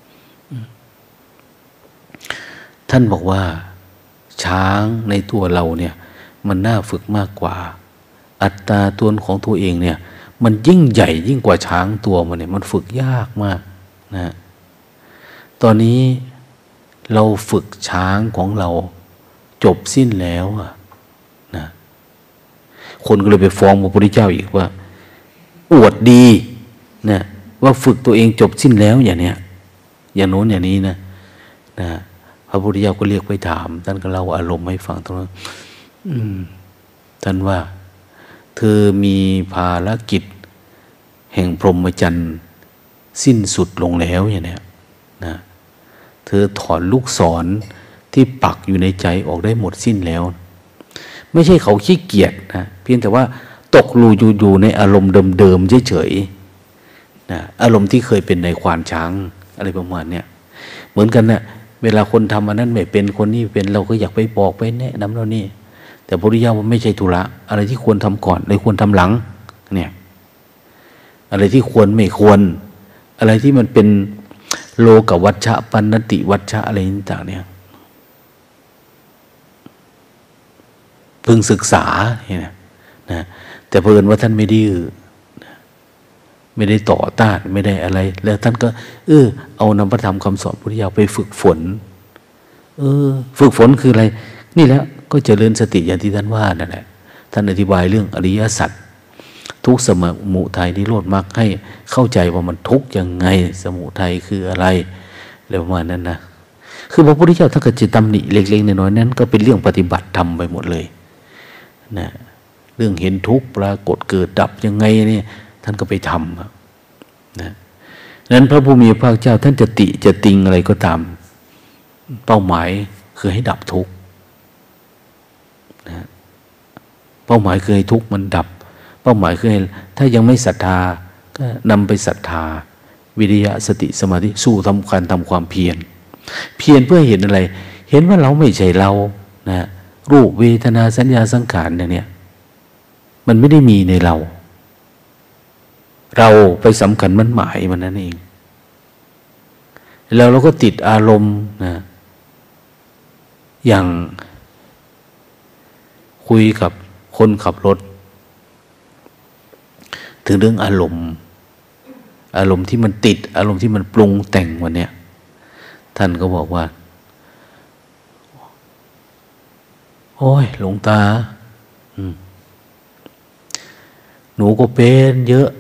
ท่านบอกว่าช้างในตัวเราเนี่ยมันน่าฝึกมากกว่าอัตตาตัวของตัวเองเนี่ยมันยิ่งใหญ่ยิ่งกว่าช้างตัวมันเนี่ยมันฝึกยากมากนะตอนนี้เราฝึกช้างของเราจบสิ้นแล้วนะคนก็เลยไปฟ้องพระพุทธเจ้าอีกว่าอวดดีนะว่าฝึกตัวเองจบสิ้นแล้วอย่างเนี้ยอย่างโน้นอย่างนี้นะนะพระพุทธเจ้าก็เรียกไปถามท่านก็เล่าอารมณ์ให้ฟังตรงนั้นท่านว่าเธอมีภารกิจแห่งพรหมจรรย์สิ้นสุดลงแล้วอย่างเนี้ยนะเธอถอนลูกศรที่ปักอยู่ในใจออกได้หมดสิ้นแล้วไม่ใช่เขาขี้เกียจนะเพียงแต่ว่าตกลูอยู่ในอารมณ์เดิมๆเฉยๆนะอารมณ์ที่เคยเป็นในควานช้างอะไรประมาณเนี้ยเหมือนกันนะเวลาคนทำอันนั้นไม่เป็นคนนี้เป็นเราก็อยากไปบอกไปแนะนำเรานี่แต่พระพุทธเจ้ามันไม่ใช่ธุระอะไรที่ควรทำก่อนอะไรควรทำหลังเนี่ยอะไรที่ควรไม่ควรอะไรที่มันเป็นโลกวัชชะปันนติวัชชะอะไรต่างๆเนี่ยพึงศึกษาเนี่ยนะแต่เพิ่นว่าท่านไม่ดื้อไม่ได้ต่อต้านไม่ได้อะไรแล้วท่านก็เออเอานำพระธรรมคำสอนพุทธเจ้าไปฝึกฝนเออฝึกฝนคืออะไรนี่แหละก็เจริญสติอย่างที่ท่านว่านั่นแหละท่านอธิบายเรื่องอริยสัจทุกข์สมุทัยนิโรธมรรคให้เข้าใจว่ามันทุกข์ยังไงสมุทัยคืออะไรอะไรประมาณนั้นนะคือพระพุทธเจ้าท่านก็จะตำหนิเล็กๆน้อยๆนั้นก็เป็นเรื่องปฏิบัติทำไปหมดเลยนะเรื่องเห็นทุกข์ปรากฏเกิดดับยังไงเนี่ยท่านก็ไปทำนะนั้นพระผู้มีพระภาคเจ้าท่านจะติจะติงอะไรก็ตามเป้าหมายคือให้ดับทุกข์นะเป้าหมายคือให้ทุกข์มันดับเป้าหมายคือให้ถ้ายังไม่ศรัทธาก็นำไปศรัทธาวิริยะสติสมาธิสู้ทำการทำความเพียรเพียรเพื่อเห็นอะไรเห็นว่าเราไม่ใช่เรานะรูปเวทนาสัญญาสังขารเนี่ยมันไม่ได้มีในเราเราไปสำคัญมันหมายมันนั่นเองแล้วเราก็ติดอารมณ์นะอย่างคุยกับคนขับรถถึงเรื่องอารมณ์อารมณ์ที่มันติดอารมณ์ที่มันปรุงแต่งวันเนี้ยท่านก็บอกว่าโอ้ยหลวงตาหนูก็เป็นเยอะ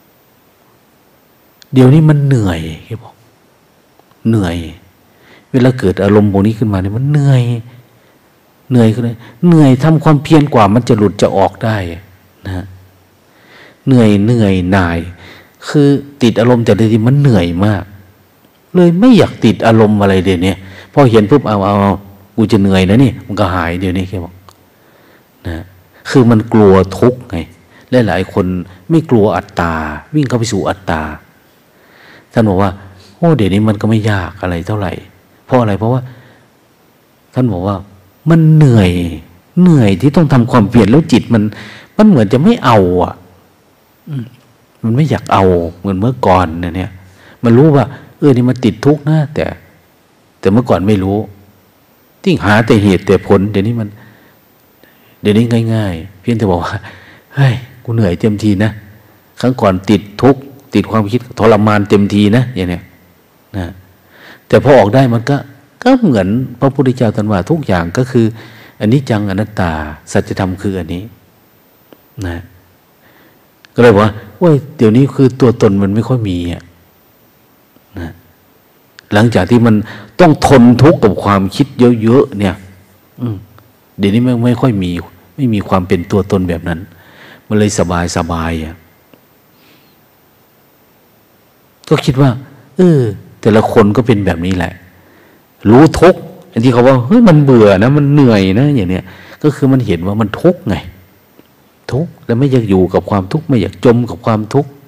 เดี๋ยวนี้มันเหนื่อยแกบอกเหนื่อยเวลาเกิดอารมณ์พวกนี้ขึ้นมาเนี่ยมันเหนื่อยเหนื่อยขึ้นเลยเหนื่อยทำความเพียรกว่ามันจะหลุดจะออกได้นะเหนื่อยเหนื่อยหน่ายคือติดอารมณ์แต่เดี๋ยวนี้มันเหนื่อยมากเลยไม่อยากติดอารมณ์อะไรเดี๋ยวนี้พอเห็นปุ๊บเอาเอากูจะเหนื่อยนะนี่มันก็หายเดี๋ยวนี้แค่บอกนะคือมันกลัวทุกข์ไงและหลายคนไม่กลัวอัตตาวิ่งเข้าไปสู่อัตตาท่านบอกว่าโอ้เดี๋ยวนี้มันก็ไม่ยากอะไรเท่าไหร่เพราะอะไรเพราะว่าท่านบอกว่ามันเหนื่อยเหนื่อยที่ต้องทำความเปลี่ยนแล้วจิตมันมันเหมือนจะไม่เอาอ่ะมันไม่อยากเอาเหมือนเมื่อก่อนเนี่ยมันรู้ว่าเออนี่มันติดทุกข์นะแต่แต่เมื่อก่อนไม่รู้ที่หาแต่เหตุแต่ผลเดี๋ยวนี้มันเดี๋ยวนี้ง่ายๆเพียงแต่บอกว่าเฮ้ยกูเหนื่อยเต็มทีนะครั้งก่อนติดทุกข์ติดความคิดทรมานเต็มทีนะอย่างเนี้ยนะแต่พอออกได้มันก็ก็เหมือนพระพุทธเจ้าตรัสว่าทุกอย่างก็คืออันนี้จังอนัตตาสัจธรรมคืออันนี้นะก็เลยว่าโอ้ยเดี๋ยวนี้คือตัวตนมันไม่ค่อยมีอ่ะนะหลังจากที่มันต้องทนทุกข์กับความคิดเยอะๆเนี่ยอืมเดี๋ยวนี้ไม่ไม่ค่อยมีไม่มีความเป็นตัวตนแบบนั้นมันเลยสบายสบายอ่ะก็คิดว่าเออแต่ละคนก็เป็นแบบนี้แหละรู้ทุกข์อันที่เขาว่าเฮ้ยมันเบื่อนะมันเหนื่อยนะอย่างเนี้ยก็คือมันเห็นว่ามันทุกข์ไงทุกข์แล้วไม่อยากอยู่กับความทุกข์ไม่อยากจมกับความทุกข์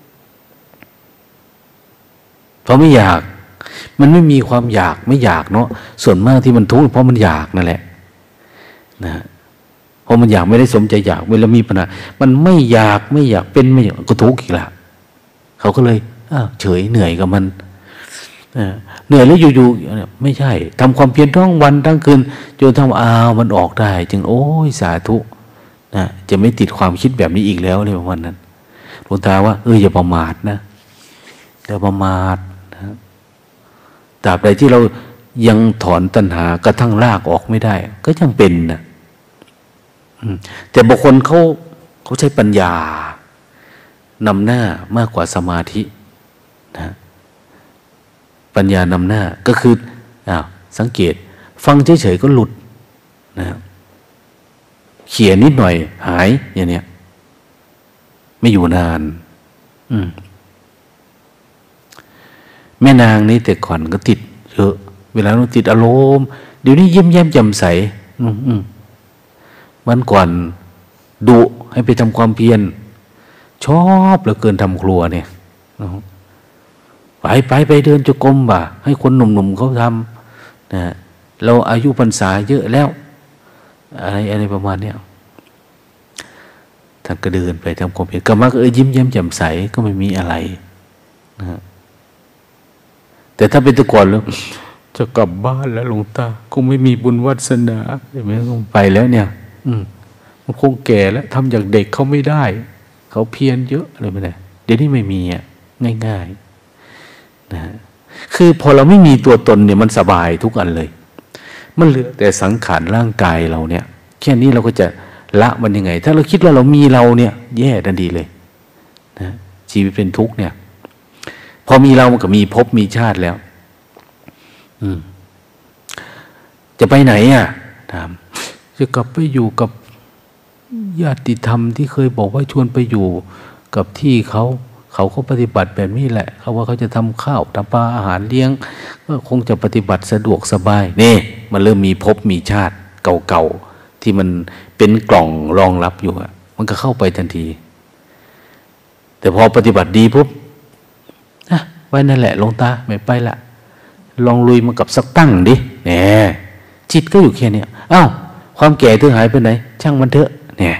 เพราะไม่อยากมันไม่มีความอยากไม่อยากเนาะส่วนมากที่มันทุกข์เพราะมันอยากนั่นแหละนะเพราะมันอยากไม่ได้สมใจอยากเวลามีปัญหามันไม่อยากไม่อยากเป็นไม่อยากก็ทุกข์อีกละเขาก็เลยอ้าวเฉยเหนื่อยกับมันเหนื่อยแล้วอยู่ๆไม่ใช่ทำความเพียรทั้งวันทั้งคืนจนทำอ้าวมันออกได้จึงโอ้ยสาธุนะจะไม่ติดความคิดแบบนี้อีกแล้วเลยประมาณนั้นหลวงตาว่าเอออย่าประมาทนะอย่าประมาทนะตราบใดที่เรายังถอนตัณหากระทั่งรากออกไม่ได้ก็ยังเป็นนะแต่บางคนเขาเขาใช้ปัญญานำหน้ามากกว่าสมาธินะปัญญานำหน้าก็คืออ้าวสังเกตฟังเฉยๆก็หลุดนะเขียนนิดหน่อยหายอย่างเนี้ยไม่อยู่นานอืมแม่นางนี่แต่ก่อนก็ติดเยอะเวลาเราติดอารมณ์เดี๋ยวนี้เยี่ยมแย้มแจ่มใสอืมอืมวันก่อนดุให้ไปทำความเพียรชอบเหลือเกินทำครัวเนี่ยไปไปไปเดินจงกรมบ่ะให้คนหนุ่มๆเขาทำนะเราอายุพรรษาเยอะแล้วอะไรอะไรประมาณเนี้ยท่านก็เดินไปทำความเพียรก็มักเออยิ้มแย้มแจ่มใสก็ไม่มีอะไรนะแต่ถ้าเป็นแต่ก่อนแล้วจะกลับบ้านแล้วหลวงตาคงไม่มีบุญวาสนาใช่ไหมคงไปแล้วเนี่ยอืมมันคงแก่แล้วทำอย่างเด็กเขาไม่ได้เขาเพียรเยอะอะไรไม่ได้เดี๋ยวนี้ไม่มีอ่ะง่ายๆนะคือพอเราไม่มีตัวตนเนี่ยมันสบายทุกอันเลยมันเหลือแต่สังขารร่างกายเราเนี่ยแค่นี้เราก็จะละมันยังไงถ้าเราคิดว่าเรามีเราเนี่ยแย่ทันทีเลยนะชีวิตเป็นทุกข์เนี่ยพอมีเรามันก็มีภพมีชาติแล้วอืมจะไปไหนอ่ะถามจะกลับไปอยู่กับญาติธรรมที่เคยบอกว่าชวนไปอยู่กับที่เขาเขาก็ปฏิบัติแบบนี้แหละเขาว่าเขาจะทำข้าวทำปลาอาหารเลี้ยงก็คงจะปฏิบัติสะดวกสบายนี่มันเริ่มมีภพมีชาติเก่าๆที่มันเป็นกล่องรองรับอยู่อะมันก็เข้าไปทันทีแต่พอปฏิบัติดีปุ๊บอ่ะไว้นั่นแหละหลวงตาไม่ไปละลองลุยมากับสักตั้งดิแหน่จิตก็อยู่แค่นี้อ้าวความแก่เธอหายไปไหนช่างมันเถอะเนี่ย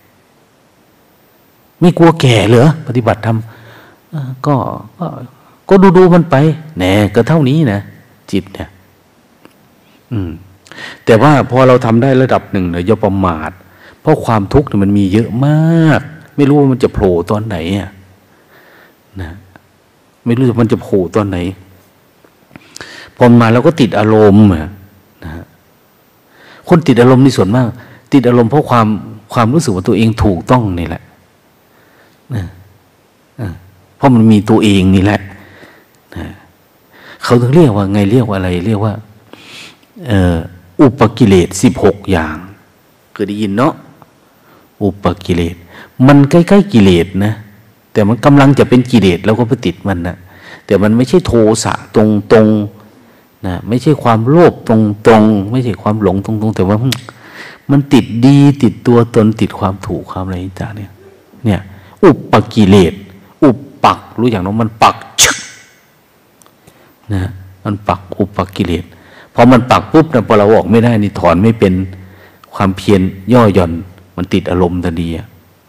ไม่กลัวแก่เหรอปฏิบัติธรรมก็ก็ก็ดูดูมันไปแหน่ก็เท่านี้นะจิตเนี่ยอืมแต่ว่าพอเราทำได้ระดับหนึ่งเนี่ยอย่าประมาทเพราะความทุกข์เนี่ยมันมีเยอะมากไม่รู้ว่ามันจะโผล่ตอนไหนอ่ะนะไม่รู้ว่ามันจะโผล่ตอนไหนพอมาแล้วก็ติดอารมณ์นะคนติดอารมณ์ในส่วนมากติดอารมณ์เพราะความความรู้สึกว่าตัวเองถูกต้องนี่แหละนะเพราะมันมีตัวเองนี่แหละนะเขาถึงเรียกว่าไงเรียกว่าอะไรเรียกว่าเอ่ออุปกิเลสสิบหกอย่างเคยได้ยินเนาะอุปกิเลสมันใกล้ๆกิเลสนะแต่มันกำลังจะเป็นกิเลสเราก็ไปติดมันนะแต่มันไม่ใช่โทสะตรงตรงนะไม่ใช่ความโลภตรงตรงไม่ใช่ความหลงตรงตรงแต่ว่ามันติดดีติดตัวตนติดความถูกความอะไรต่างเนี่ยเนี่ยอุปกิเลสอุปปักรู้อย่างนั้นมันปักชึกนะมันปักอุปกิเลสพอมันปักปุ๊บนะพอเราออกไม่ได้นี่ถอนไม่เป็นความเพียรย่อหย่อนมันติดอารมณ์ทันทีนะ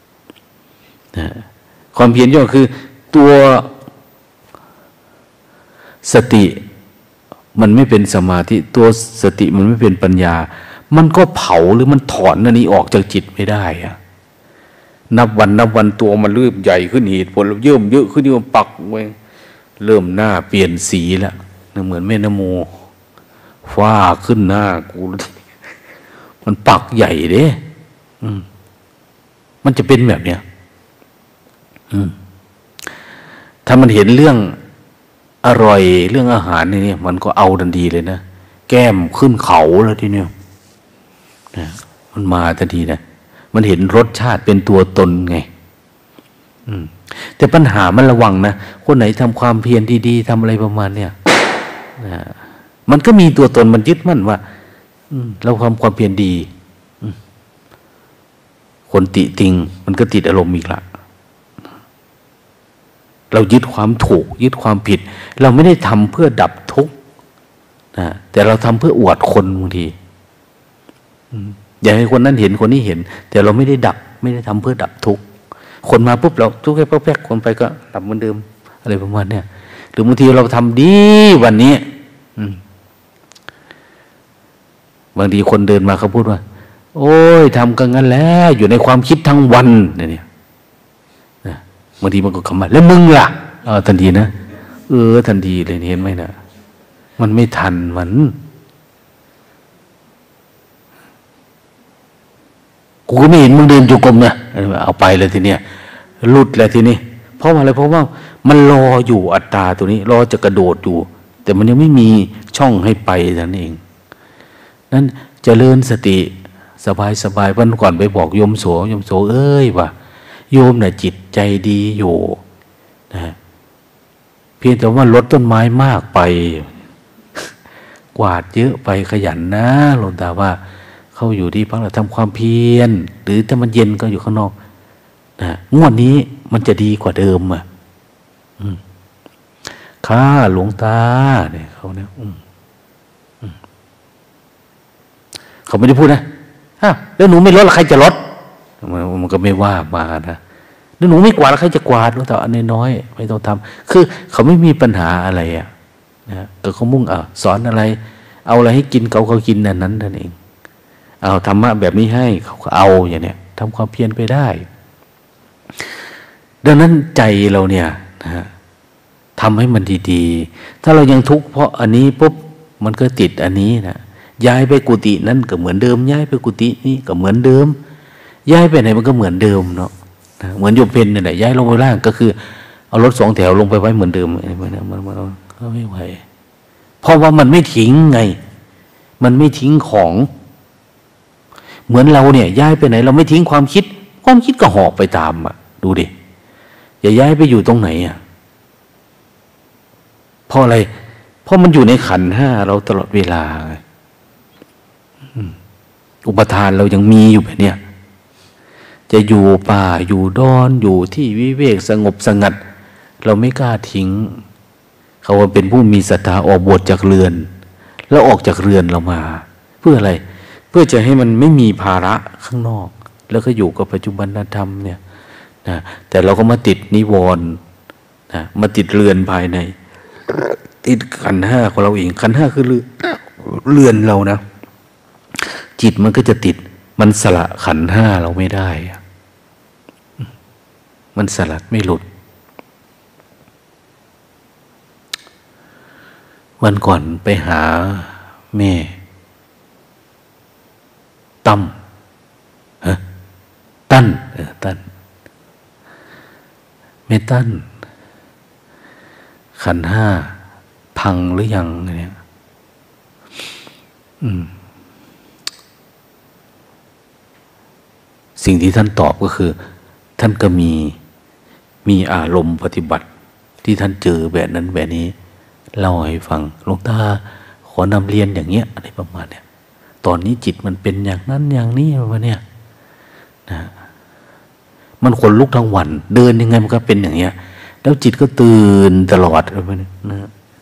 ความเพียรย่อคือตัวสติมันไม่เป็นสมาธิตัวสติมันไม่เป็นปัญญามันก็เผาหรือมันถอนอันนี้ออกจากจิตไม่ได้อะนับวันนับวันตัวมันเริ่มใหญ่ขึ้นเหตุผลเยิ่มเยอะขึ้นนี่มันปักไว้เริ่มหน้าเปลี่ยนสีแล้วเหมือนแม่นโมฟ้าขึ้นหน้ากูมันปักใหญ่เด้อืมมันจะเป็นแบบเนี้ยอืมถ้ามันเห็นเรื่องอร่อยเรื่องอาหารนี่มันก็เอาทันทีเลยนะแก้มขึ้นเขาแล้วทีเนี้ยนะมันมาทันทีนะมันเห็นรสชาติเป็นตัวตนไงอืมแต่ปัญหามันระวังนะคนไหนทำความเพียรดีๆทำอะไรประมาณเนี้ยนะมันก็มีตัวตนมันยึดมั่นว่าเราทำความเพียรดีคนติติงมันก็ติดอารมณ์อีกละเรายึดความถูกยึดความผิดเราไม่ได้ทำเพื่อดับทุกข์นะแต่เราทำเพื่ออวดคนบางทีอยากให้คนนั้นเห็นคนนี้เห็นแต่เราไม่ได้ดับไม่ได้ทำเพื่อดับทุกข์คนมาปุ๊บเราทุกข์แค่แป๊กๆคนไปก็ดับเหมือนเดิมอะไรประมาณเนี้ยหรือบางทีเราทำดีวันนี้บางทีคนเดินมาเขาพูดว่าโอ้ยทำกันงั้นแล้วอยู่ในความคิดทั้งวันเนี่ยบางทีมันก็คำว่าแล้วมึงล่ะเออทันทีนะเออทันทีเลยเห็นไหมนะมันไม่ทันมันกูก็ไม่เห็นมึงเดินจุกรมนะเอาไปเลยทีเนี้ยหลุดแล้วทีนี้เพราะอะไรเพราะว่ามันรออยู่อัตตาตัวนี้รอจะกระโดดอยู่แต่มันยังไม่มีช่องให้ไปนั่นเองนั้นเจริญสติสบายสบายวันก่อนไปบอกโยมโสโยมโสเอ้ยว่าโยมน่ะจิตใจดีอยู่นะเพียงแต่ว่าลดต้นไม้มากไปกวาดเยอะไปขยันนะหลวงตาว่าเขาอยู่ที่พักเราทำความเพียรหรือถ้ามันเย็นก็อยู่ข้างนอกนะงวดนี้มันจะดีกว่าเดิมอ่ะข้าหลวงตาเนี่ยเขาเนี่ยเขาไม่ได้พูดนะอ้าวแล้วหนูไม่ลดแล้วใครจะลดมันก็ไม่ว่ามานะแล้วหนูไม่กวาดแล้วใครจะกวาดหลวงตาอันน้อยๆไม่ต้องทำคือเขาไม่มีปัญหาอะไรอ่ะนะแต่เขามุ่งอ่ะสอนอะไรเอาอะไรให้กินเขาเขากินนั่นนั้นนั่นเองเอาธรรมะแบบนี้ให้เขาก็เอาอย่างเนี้ยทำความเพียรไปได้ดังนั้นใจเราเนี่ยนะฮะทำให้มันดีๆถ้าเรายังทุกข์เพราะอันนี้ปุ๊บมันก็ติดอันนี้นะย้ายไปกุฏินั้นก็เหมือนเดิมย้ายไปกุฏินี้ก็เหมือนเดิมย้ายไปไหนมันก็เหมือนเดิมเนาะนะเหมือนโยมเพนนี่แหละย้ายลงไปล่างก็คือเอารถสองแถวลงไปไว้เหมือนเดิมมันมันมันก็ไม่ไหวเพราะว่ามันไม่ทิ้งไงมันไม่ทิ้งของเหมือนเราเนี่ยย้ายไปไหนเราไม่ทิ้งความคิดความคิดก็หอบไปตามอ่ะดูดิอย่าย้ายไปอยู่ตรงไหนอ่ะเพราะอะไรเพราะมันอยู่ในขันธ์ห้าเราตลอดเวลาอุปทานเรายังมีอยู่แบบเนี้ยจะอยู่ป่าอยู่ดอนอยู่ที่วิเวกสงบสงัดเราไม่กล้าทิ้งเขาว่าเป็นผู้มีศรัทธาออกบวชจากเรือนแล้วออกจากเรือนเรามาเพื่ออะไรเพื่อจะให้มันไม่มีภาระข้างนอกแล้วก็อยู่กับปัจจุบันธรรมเนี่ยนะแต่เราก็มาติดนิวรณ์นะมาติดเรือนภายในติดขันธ์ห้าของเราเองขันธ์ห้าคือเรือนเรานะจิตมันก็จะติดมันสละขันธ์ห้าเราไม่ได้มันสลัดไม่หลุดวันก่อนไปหาแม่ตั้มฮะตั้นเออตั้นแม่ตั้นขันธ์ห้าพังหรือยังเนี่ยอืมสิ่งที่ท่านตอบก็คือท่านก็มีมีอารมณ์ปฏิบัติที่ท่านเจอแบบนั้นแบบนี้เล่าให้ฟังหลวงตาขอนำเรียนอย่างเงี้ยอะไรประมาณเนี้ยตอนนี้จิตมันเป็นอย่างนั้นอย่างนี้ประมาณเนี้ยนะมันขนลุกทั้งวันเดินยังไงมันก็เป็นอย่างเงี้ยแล้วจิตก็ตื่นตลอดประมาณนี้นะ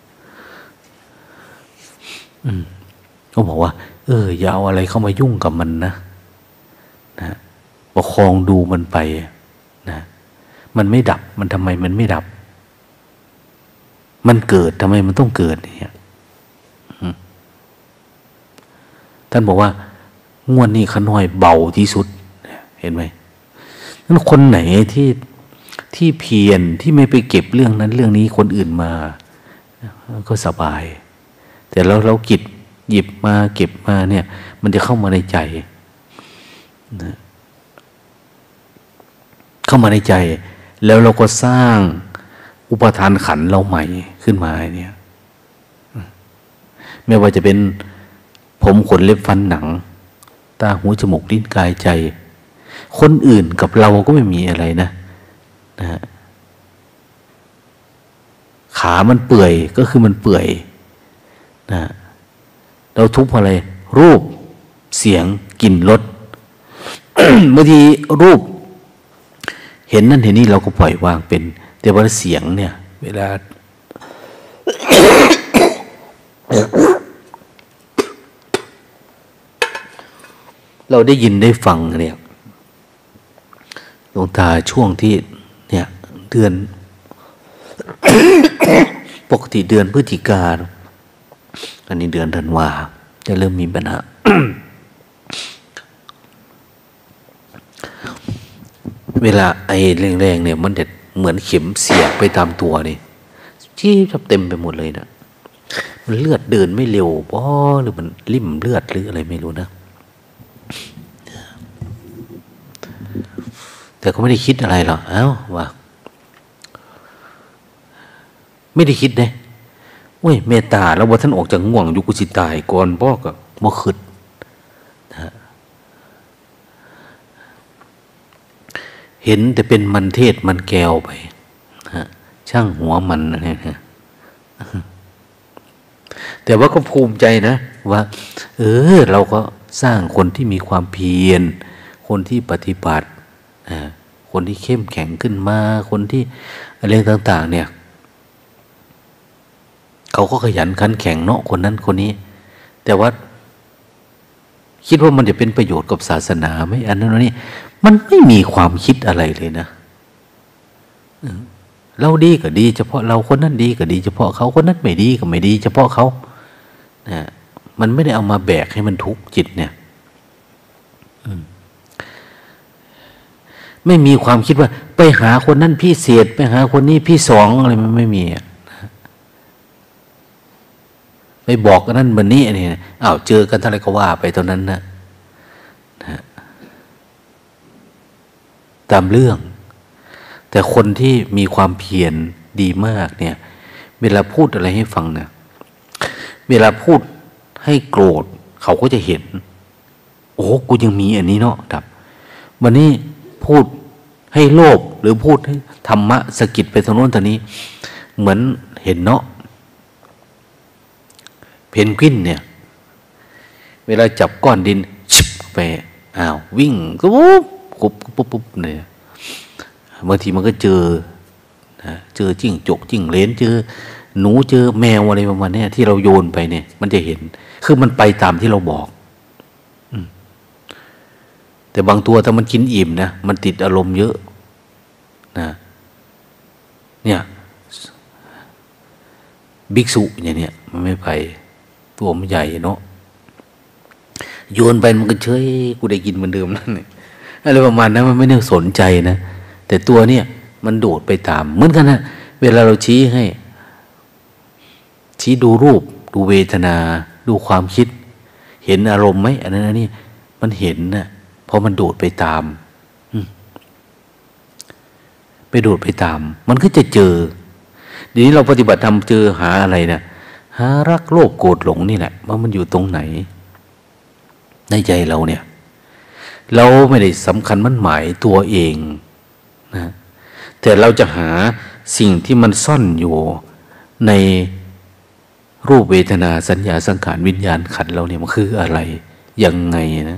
อืมก็บอกว่าเอออย่าเอาอะไรเข้ามายุ่งกับมันนะนะประคองดูมันไปนะมันไม่ดับมันทำไมมันไม่ดับมันเกิดทำไมมันต้องเกิดเนี่ยท่านบอกว่างวดนี้ขน้อยเบาที่สุดเห็นไหมนั้นคนไหนที่ที่เพียรที่ไม่ไปเก็บเรื่องนั้นเรื่องนี้คนอื่นมาก็สบายแต่เราเรากิจหยิบมาเก็บมาเนี่ยมันจะเข้ามาในใจนะเข้ามาในใจแล้วเราก็สร้างอุปทานขันธ์เราใหม่ขึ้นมาเนี่ยไม่ว่าจะเป็นผมขนเล็บฟันหนังตาหูจมูกลิ้นกายใจคนอื่นกับเราก็ไม่มีอะไรนะนะฮะขามันเปื่อยก็คือมันเปื่อยนะเราทุบอะไรรูปเสียงกลิ่นรส บางทีรูปเห็นนั่นเห็นนี่เราก็ปล่อยวางเป็นแต่ว่าเสียงเนี่ยเวลา เราได้ยินได้ฟังเนี่ยหลวงตาช่วงที่เนี่ยเดือน ปกติเดือนพฤศจิกาอันนี้เดือนธันวาจะเริ่มมีปัญหา เวลาไอ้แรงๆเนี่ยมันเด็ดเหมือนเข็มเสียบไปตามตัวนี่ที่ทับเต็มไปหมดเลยนะมันเลือดเดินไม่เร็วป้อหรือมันริ่มเลือดหรืออะไรไม่รู้นะแต่ก็ไม่ได้คิดอะไรหรอกเอ้าว่าไม่ได้คิดเลยโอ้ยเมตตาแล้วว่าท่านออกจากง่วงอยู่กุสิตายก่อนพ่อก็บ่ขึ้นนะเห็นแต่เป็นมันเทศมันแก้วไปฮะช่างหัวมันอะไรนะแต่ว่าก็ภูมิใจนะว่าเออเราก็สร้างคนที่มีความเพียรคนที่ปฏิบัติคนที่เข้มแข็งขึ้นมาคนที่อะไรต่างๆเนี่ยเขาก็ขยันขันแข็งเนาะคนนั้นคนนี้แต่ว่าคิดว่ามันจะเป็นประโยชน์กับศาสนาไหมอันนั้นนี่มันไม่มีความคิดอะไรเลยนะเราดีก็ดีเฉพาะเราคนนั้นดีก็ดีเฉพาะเขาคนนั้นไม่ดีก็ไม่ดีเฉพาะเขานะมันไม่ได้เอามาแบกให้มันทุกข์จิตเนี่ยไม่มีความคิดว่าไปหาคนนั้นพิเศษไปหาคนนี้พี่สองอะไรมันไม่มีไปบอกกันนั้นวันนี้นี่อ้าวเจอกันเท่าไรก็ว่าไปตอนนั้นนะนะตามเรื่องแต่คนที่มีความเพียรดีมากเนี่ยเวลาพูดอะไรให้ฟังเนี่ยเวลาพูดให้โกรธเขาก็จะเห็นโอ้กูยังมีอันนี้เนาะครับวันนี้พูดให้โลภหรือพูดให้ธรรมะสะกิดไปทางโน้นทางนี้เหมือนเห็นเนาะเพนกวินเนี่ยเวลาจับก้อนดินชิบไปอ้าววิ่งก็ปุ๊บปุ๊บปุ๊บปุ๊บเนี่ยบางทีมันก็เจอนะเจอจิ้งจกจิ้งเหลนเจอหนูเจอแมวอะไรประมาณนี้ที่เราโยนไปเนี่ยมันจะเห็นคือมันไปตามที่เราบอกแต่บางตัวถ้ามันกินอิ่มนะมันติดอารมณ์เยอะนะเนี่ยภิกษุอย่างเนี้ยมันไม่ไปตัวมันใหญ่เนาะโยนไปมันก็เฉยกูได้กินเหมือนเดิมนั่นเนี่ยอะไรประมาณนั้นมันไม่ได้สนใจนะแต่ตัวเนี่ยมันโดดไปตามเหมือนกันนะเวลาเราชี้ให้ชี้ดูรูปดูเวทนาดูความคิดเห็นอารมณ์ไหมอันนั้นอันนี้มันเห็นนะเพราะมันโดดไปตามไปโดดไปตามมันก็จะเจอเดี๋ยวนี้เราปฏิบัติธรรมเจอหาอะไรนะหารักโลภโกรธหลงนี่แหละว่ามันอยู่ตรงไหนในใจเราเนี่ยเราไม่ได้สำคัญมันหมายตัวเองนะแต่เราจะหาสิ่งที่มันซ่อนอยู่ในรูปเวทนาสัญญาสังขารวิญญาณขันธ์เราเนี่ยมันคืออะไรยังไงนะ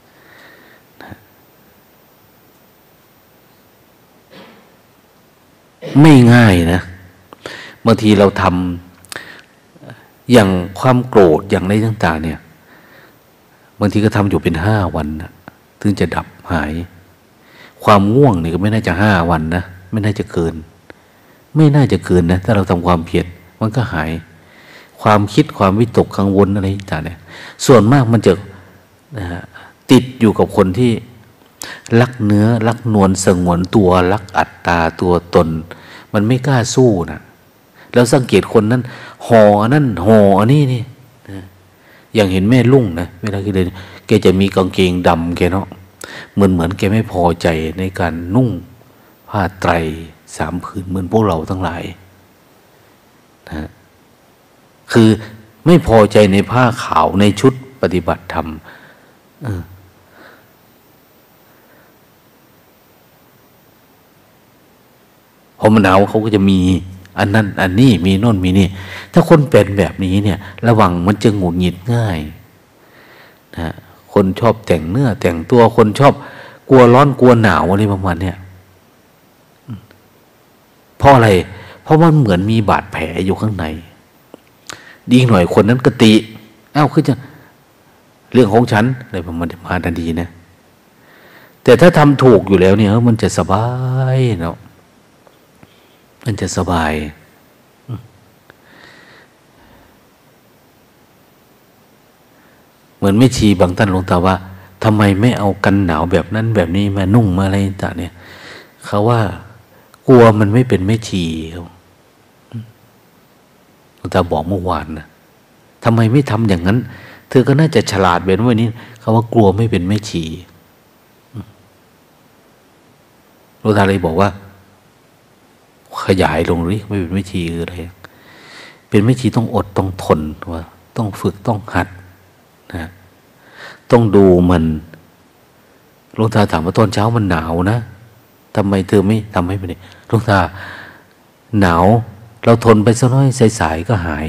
ไม่ง่ายนะบางทีเราทำอย่างความโกรธอย่างไรต่างๆเนี่ยบางทีก็ทำอยู่เป็นห้าวันนะถึงจะดับหายความง่วงนี่ก็ไม่น่าจะห้าวันนะไม่น่าจะเกินไม่น่าจะเกินนะถ้าเราทำความเพียรมันก็หายความคิดความวิตกกังวลอะไรต่างๆเนี่ยส่วนมากมันจะนะฮะติดอยู่กับคนที่รักเนื้อรักนวลสงวนตัวรักอัตตาตัวตนมันไม่กล้าสู้นะแล้วสังเกตคนนั้นห่อนั่นห่อนี่นี่นะอย่างเห็นแม่ลุงนะเวลาแกเดินแกจะมีกางเกงดำแกเนาะเหมือนเหมือนแกไม่พอใจในการนุ่งผ้าไตรสามผืนเหมือนพวกเราทั้งหลายนะคือไม่พอใจในผ้าขาวในชุดปฏิบัติธรรมพอมันหนาวเขาก็จะมีอันนั้นอันนี้มีโน่นมีนี่ถ้าคนเป็นแบบนี้เนี่ยระวังมันจะหงุดหงิดง่ายนะคนชอบแต่งเนื้อแต่งตัวคนชอบกลัวร้อนกลัวหนาวอะไรประมาณเนี้ยเพราะอะไรเพราะมันเหมือนมีบาดแผลอยู่ข้างในดีหน่อยคนนั้นกติอ้าวคือจะเรื่องของฉันอะไรประมาณมาทันทีนะแต่ถ้าทำถูกอยู่แล้วเนี่ยมันจะสบายเนาะมันจะสบายเหมือนไม่ชีบางท่านหลวงตาว่าทำไมไม่เอากันหนาวแบบนั้นแบบนี้มานุ่งมาอะไรต่างเนี่ยเขาว่ากลัวมันไม่เป็นไม่ชีเขาหลวงตาบอกเมื่อวานนะทำไมไม่ทำอย่างนั้นเธอก็น่าจะฉลาดแบบนี้เขาว่ากลัวไม่เป็นไม่ชีหลวงตาเลยบอกว่าขยายลงเลยไม่เป็นไม่ชีคืออะไรเป็นไม่ชีต้องอดต้องทนว่าต้องฝึกต้องหัดนะต้องดูมันหลวงตาถามว่าตอนเช้ามันหนาวนะทำไมเธอไม่ทำให้มันหลวงตาหนาวเราทนไปสักน้อยสายๆก็หาย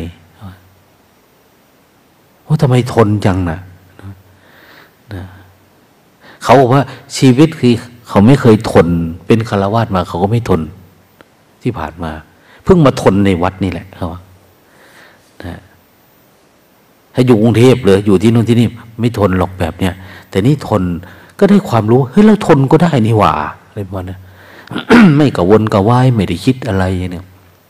ว่าทำไมทนจังนะนะเขาบอกว่าชีวิตคือเขาไม่เคยทนเป็นฆราวาสมาเขาก็ไม่ทนที่ผ่านมาเพิ่งมาทนในวัดนี่แหละเขาว่านะถ้าอยู่กรุงเทพเลยอยู่ที่นู่นที่นี่ไม่ทนหรอกแบบเนี้ยแต่นี่ทนก็ได้ความรู้เฮ้ยเราทนก็ได้นี่หว่าอะไรประมาณนั้น ไม่กระวนกระวายไม่ได้คิดอะไรเนี่ย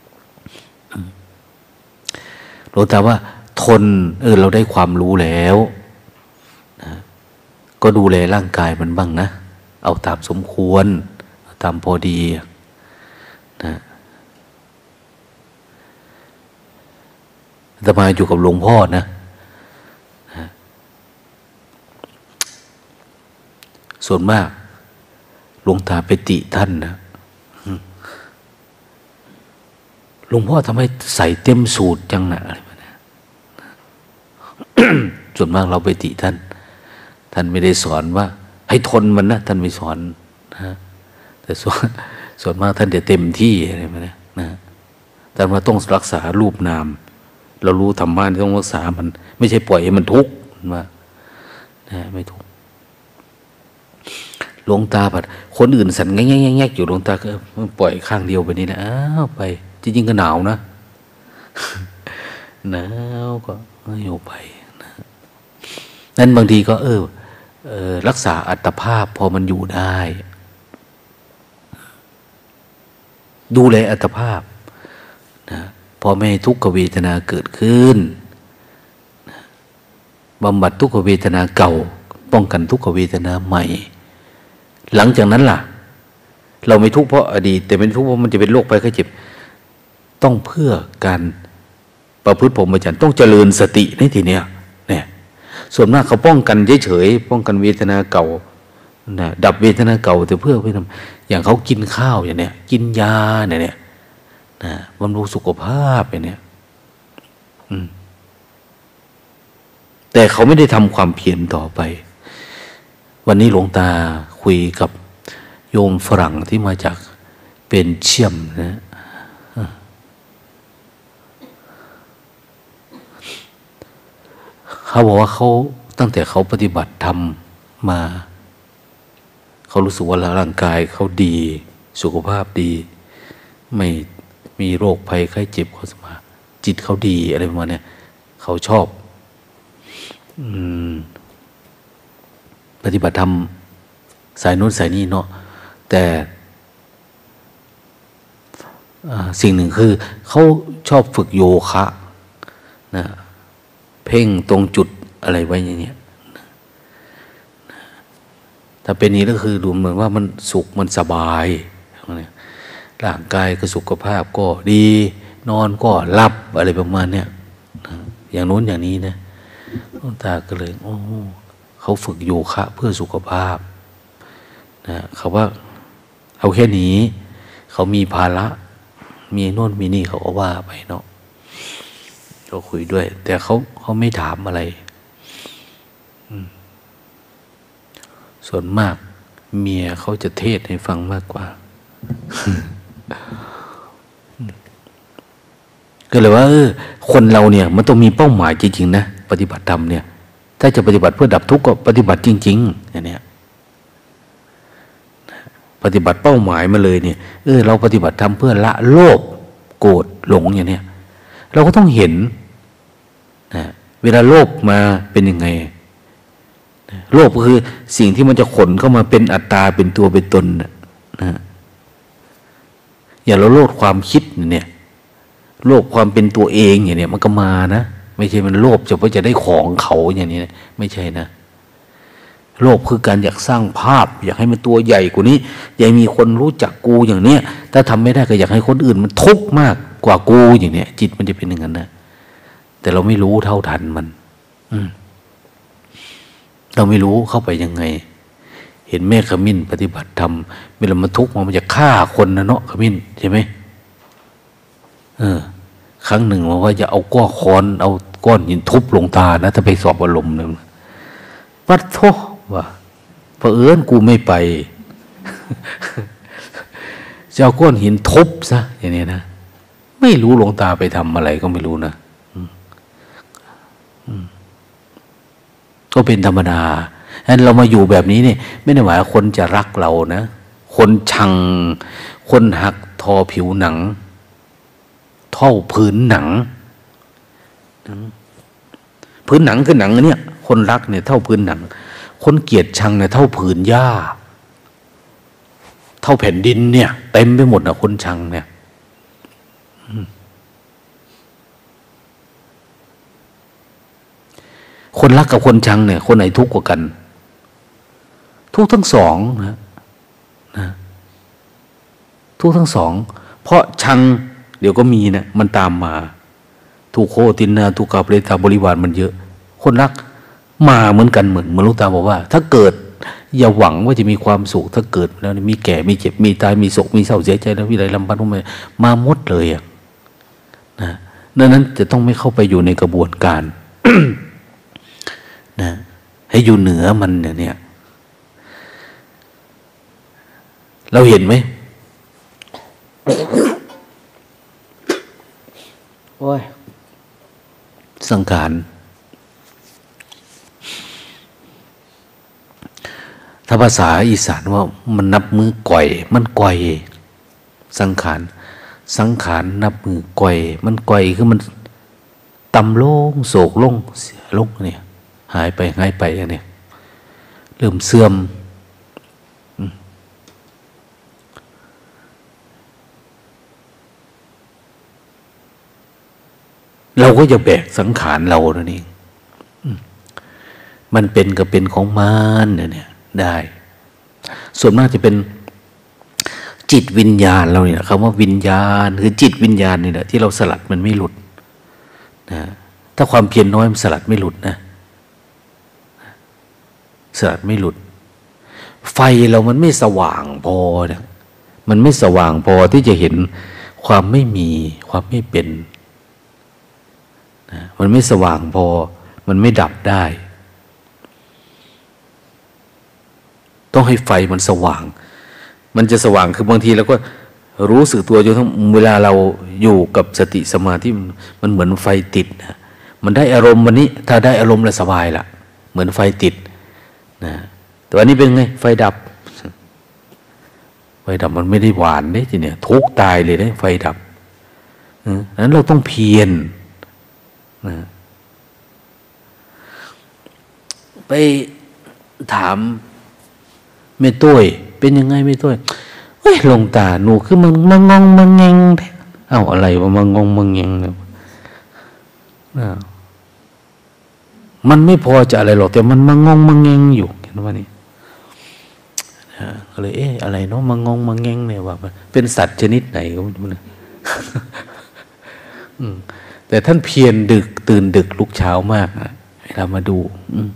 หลวงตาว่าทนเออเราได้ความรู้แล้วนะก็ดูแลร่างกายมันบ้างนะเอาตามสมควรเอาตามพอดีนะอาตมาอยู่กับหลวงพ่อนะนะส่วนมากหลวงตาไปติท่านนะหลวงพ่อทำไมใส่เต็มสูตรจังนะอะไรแบบนี้ ส่วนมากเราไปติท่านท่านไม่ได้สอนว่าให้ทนมันนะท่านไม่สอนนะแต่ส่วนส่วนมากท่านจะเต็มที่อะไรแบบนี้นะแต่ว่าต้องรักษารูปนามเรารู้ธรรมะต้องรักษามันไม่ใช่ปล่อยให้มันทุกข์มานะไม่ทุกข์หลวงตาผัดคนอื่นสั่นแง่ๆๆอยู่หลวงตาก็ปล่อยข้างเดียวไปนี่นะอ้าวไปจริงๆก็หนาวนะหนาวก็อยู่ไปนะนั้นบางทีก็เออเออรักษาอัตภาพพอมันอยู่ได้ดูแลอัตภาพนะพอไม่ให้ทุกขเวทนาเกิดขึ้นนะบำบัดทุกขเวทนาเก่าป้องกันทุกขเวทนาใหม่หลังจากนั้นล่ะเราไม่ทุกข์เพราะอดีตแต่เป็นทุกข์เพราะมันจะเป็นโรคภัยไข้เจ็บต้องเพื่อการประพฤติพรหมจรรย์ต้องเจริญสติในทีเนี้ยเนี่ยส่วนมากเขาป้องกันเฉยๆป้องกันเวทนาเก่านะดับเวทนาเก่าแต่เพื่อเพื่อทำอย่างเขากินข้าวอย่างเนี้ยกินยาเนี่ยเนี่ยนะบำรุงสุขภาพอย่างเนี้ยอืมแต่เขาไม่ได้ทำความเพียรต่อไปวันนี้หลวงตาคุยกับโยมฝรั่งที่มาจากเปเป็นเชี่ยมนะเขาบอกว่าเขาตั้งแต่เขาปฏิบัติธรรมมาเขารู้สึกว่าร่างกายเขาดีสุขภาพดีไม่มีโรคภัยไข้เจ็บเขาสมาจิตเขาดีอะไรประมาณนี้เขาชอบอืมปฏิบัติธรรมสายโน้นสายนี้เนาะแต่สิ่งหนึ่งคือเขาชอบฝึกโยคะนะเพ่งตรงจุดอะไรไว้อย่างเงี้ยถ้าเป็นนี้ก็คือดูเหมือนว่ามันสุขมันสบายร่างกายก็สุขภาพก็ดีนอนก็หลับอะไรประมาณเนี้ยอย่างโน้นอย่างนี้นะหลวงตาก็เลยโอ้เขาฝึกโยคะเพื่อสุขภาพนะเขาว่าเอาแค่นี้เขามีภาระมีโน่นมีนี่เขาก็ว่าไปเนาะก็คุยด้วยแต่เขาเขาไม่ถามอะไรส่วนมากเมียเขาจะเทศให้ฟังมากกว่า ก็เลยว่าเออคนเราเนี่ยมันต้องมีเป้าหมายจริงๆนะปฏิบัติธรรมเนี่ยถ้าจะปฏิบัติเพื่อดับทุกข์ก็ปฏิบัติจริงๆอย่างเนี้ยปฏิบัติเป้าหมายมาเลยเนี่ยเออเราปฏิบัติธรรมเพื่อละโลภโกรธหลงอย่างเนี้ยเราก็ต้องเห็นนะเวลาโลภมาเป็นยังไงโลภก็คือสิ่งที่มันจะขนเข้ามาเป็นอัตตาเป็นตัวเป็นตนนะอย่าเราโลภความคิดเนี่ยโลภความเป็นตัวเองอย่างเนี้ยมันก็มานะไม่ใช่มันโลภจะเพื่อจะได้ของเขาอย่างนี้นะไม่ใช่นะโลภคือการอยากสร้างภาพอยากให้มันตัวใหญ่กว่านี้อยากมีคนรู้จักกูอย่างเนี้ยถ้าทำไม่ได้ก็อยากให้คนอื่นมันทุกข์มากกว่ากูอย่างเนี้ยจิตมันจะเป็นอย่างนั้นนะแต่เราไม่รู้เท่าทันมันอืมเราไม่รู้เข้าไปยังไงเห็นแม่ขมิ้นปฏิบัติธรรมเวลามันทุกข์มันจะฆ่าคนนะเนาะขมิ้นใช่ไหมเออครั้งหนึ่งว่าจะเอาก้อนคอนเอาก้อนหินทุบลงตานะถ้าไปสอบอารมณ์นึงวัดโทว่าเผอิญกูไม่ไปจะเอาก้อนหินทุบซะอย่างนี้นะไม่รู้หลวงตาไปทำอะไรก็ไม่รู้นะก็เป็นธรรมดาฉะนั้นเรามาอยู่แบบนี้เนี่ยไม่ได้หมายว่าคนจะรักเรานะคนชังคนหักทอผิวหนังเท่าพื้นหนังพื้นหนังคือหนังเนี่ยคนรักเนี่ยเท่าพื้นหนังคนเกลียดชังเนี่ยเท่าผืนหญ้าเท่าแผ่นดินเนี่ยเต็มไปหมดนะคนชังเนี่ยคนรักกับคนชังเนี่ยคนไหนทุกข์กว่ากันทุกข์ทั้งสองนะนะทุกข์ทั้งสองเพราะชังเดี๋ยวก็มีนะมันตามมาทุกโคตินนาทุกขเปรตาบริวารมันเยอะคนรักมาเหมือนกันเหมือนเหมือนหลวงตาบอกว่าถ้าเกิดอย่าหวังว่าจะมีความสุขถ้าเกิดแล้วมีแก่มีเจ็บมีตายมีโศกมีเศร้าเสียใจแล้ววิไลลำพันธ์พวกมันมาหมดเลยอ่ะนะดังนั้นจะต้องไม่เข้าไปอยู่ในกระบวนการ นะให้อยู่เหนือมันเนี่ยเราเห็นไหมโอ้ยสังขารถ้าภาษาอีสานว่ามันนับมือก่อยมันก่อยสังขารสังขารนับมือก่อยมันก่อยคือมันต่ำลงโศกลงเสียลงเนี่ยหายไปหายไปอย่างเนี้ยเริ่มเสื่อมเราก็จะแบกสังขารเรานั่นเองมันเป็นก็เป็นของมันเนี่ยได้ส่วนมากจะเป็นจิตวิญญาณเราเนี่ยคำว่าวิญญาณคือจิตวิญญาณนี่แหละที่เราสลัดมันไม่หลุดนะถ้าความเพียรน้อยมันสลัดไม่หลุดนะสลัดไม่หลุดไฟเรามันไม่สว่างพอนะมันไม่สว่างพอที่จะเห็นความไม่มีความไม่เป็นนะมันไม่สว่างพอมันไม่ดับได้ต้องให้ไฟมันสว่างมันจะสว่างคือบางทีเราก็รู้สึกตัวจนทั้งเวลาเราอยู่กับสติสมาธิมันเหมือนไฟติดนะมันได้อารมณ์วันนี้ถ้าได้อารมณ์แล้วสบายละเหมือนไฟติดนะแต่วันนี้เป็นไงไฟดับไฟดับมันไม่ได้หวานเด้ทีเนี่ยทุกตายเลยได้ไฟดับนั้นเราต้องเพียรนะไปถามแม่ตุ้ยเป็นยังไงแม่ตุ้ยเฮ้ยหลวงตาหนูคือมันมังงงมังเงงเอ้าอะไรวะมังงงมังเงงเนี่ยมันไม่พอจะอะไรหรอกแต่มันมังงงมังเงงอยู่เห็นว่านี่ก็เลยเอ๊ะอะไรเนาะมังงงมังเงงเนี่ยว่าเป็นสัตว์ชนิดไหนก็ไม่รู้นะแต่ท่านเพียรดึกตื่นดึกลุกเช้ามากนะเวลามาดู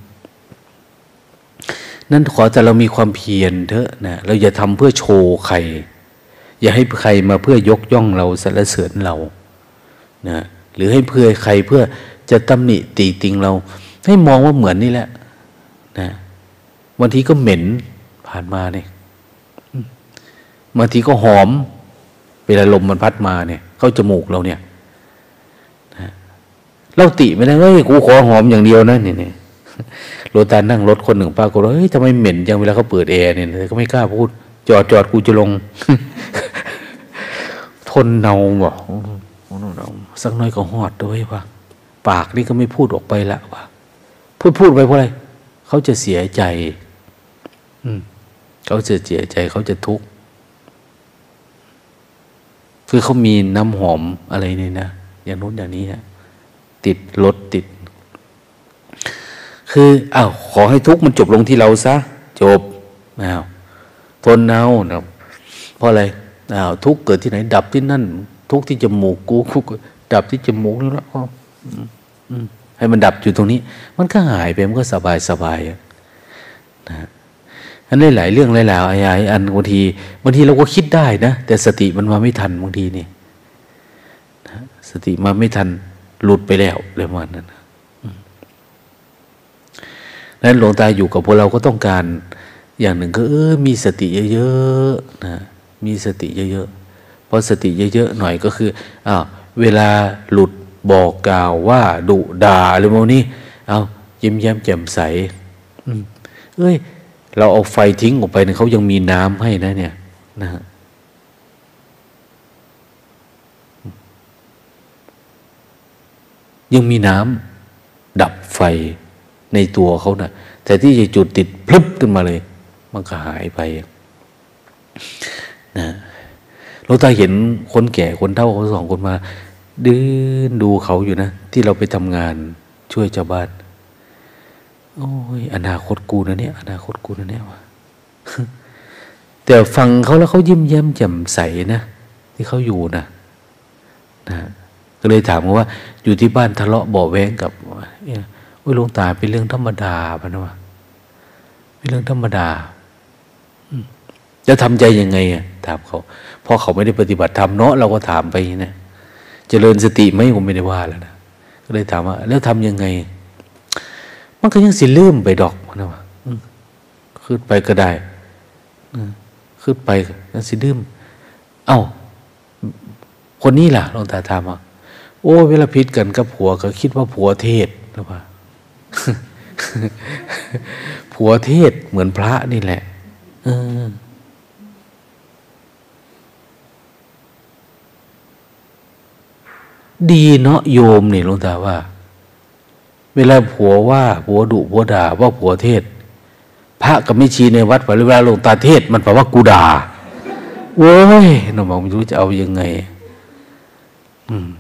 นั่นขอแต่เรามีความเพียรเถอะนะเราอย่าทำเพื่อโชว์ใครอย่าให้ใครมาเพื่อยกย่องเราสรรเสริญเรานะหรือให้เพื่อใครเพื่อจะตำหนิตีติงเราให้มองว่าเหมือนนี่แหละนะบางทีก็เหม็นผ่านมาเนี่ยบางทีก็หอมเวลาลมมันพัดมาเนี่ยเข้าจมูกเราเนี่ยนะเราติไม่ได้เฮ้ยกูขอหอมอย่างเดียวนะเนี่ยโรตานั่งรถคนหนึ่งป้าก็เลยเฮ้ยทำไมเหม็นจังเวลาเขาเปิดแอร์เนี่ยก็ไม่กล้าพูดจอดจอดกูจะลง ทนเนาบ่สักน้อยก็หอดด้วยว่ะปากนี่ก็ไม่พูดออกไปละว่ะพูดพูดไปเพราะอะไรเขาจะเสียใจอืมเขาจะเสียใจเขาจะทุกข์คือเขามีน้ำหอมอะไรนี่นะอย่างโน้นอย่างนี้นะติดรถติดคืออ้าวขอให้ทุกข์มันจบลงที่เราซะจบอ้าวทนเอานะเพราะอะไรอ้าวทุกข์เกิดที่ไหนดับที่นั่นทุกข์ที่จมูกกูทุกข์ดับที่จมูกนี่แล้วก็ให้มันดับอยู่ตรงนี้มันก็หายไปมันก็สบายสบายนะอันนี้หลายเรื่องหลายๆอะไรอันบางทีบางทีเราก็คิดได้นะแต่สติมันมาไม่ทันบางทีนี่นะสติมาไม่ทันหลุดไปแล้วอะไรประมาณนั้นนั้นหลวงตาอยู่กับพวกเราก็ต้องการอย่างหนึ่งก็เออมีสติเยอะๆนะมีสติเยอะๆเพราะสติเยอะๆหน่อยก็คืออ้าวเวลาหลุดบอกกล่าวว่าดุด่าอะไรพวกนี้เอายิ้มแย้มแจ่มใสเอ้ยเราเอาไฟทิ้งออกไปเนี่ยเขายังมีน้ำให้นะเนี่ยนะยังมีน้ำดับไฟในตัวเขานะแต่ที่จะจุดติดพลึบขึ้นมาเลยมันก็หายไปนะเราตาเห็นคนแก่คนเฒ่าเขาสองคนมาดื้นดูเขาอยู่นะที่เราไปทำงานช่วยชาวบ้านโอ้ยอนาคตกูนะเนี่ยอนาคตกูนะเนี่ยวะ แต่ฟังเขาแล้วเขายิ้มแย้มแจ่มใสนะที่เขาอยู่นะนะก็เลยถามว่าอยู่ที่บ้านทะเลาะเบาะแว้งกับโอ้ยหลวงตาเป็นเรื่องธรรมดาปะนะวะเป็นเรื่องธรรมดาจะทำใจยังไงอ่ะถามเขาเพราะเขาไม่ได้ปฏิบัติธรรมเนาะเราก็ถามไปนะเจริญสติไหมผมไม่ได้ว่าแล้วนะก็เลยถามว่าแล้วทำยังไงมันก็ยังสิลืมไปดอกนะวะขึ้นไปก็ได้ขึ้นไปก็สิลืมเอ้าคนนี้ล่ะหลวงตาถามว่าโอ้เวลาพิษกันกับผัวก็คิดว่าผัวเทศหรือเปล่า ผัวเทศเหมือนพระนี่แหละเออดีเนาะโยมนี่หลวงตาว่าเวลาผัวว่าผัวดุผัวด่าว่าผัวเทศพระกับไม่ชีในวัดเวลาหลวงตาเทศมันแปลว่ากูด่าโว้ยน้องบอกไม่รู้จะเอายังไงอืม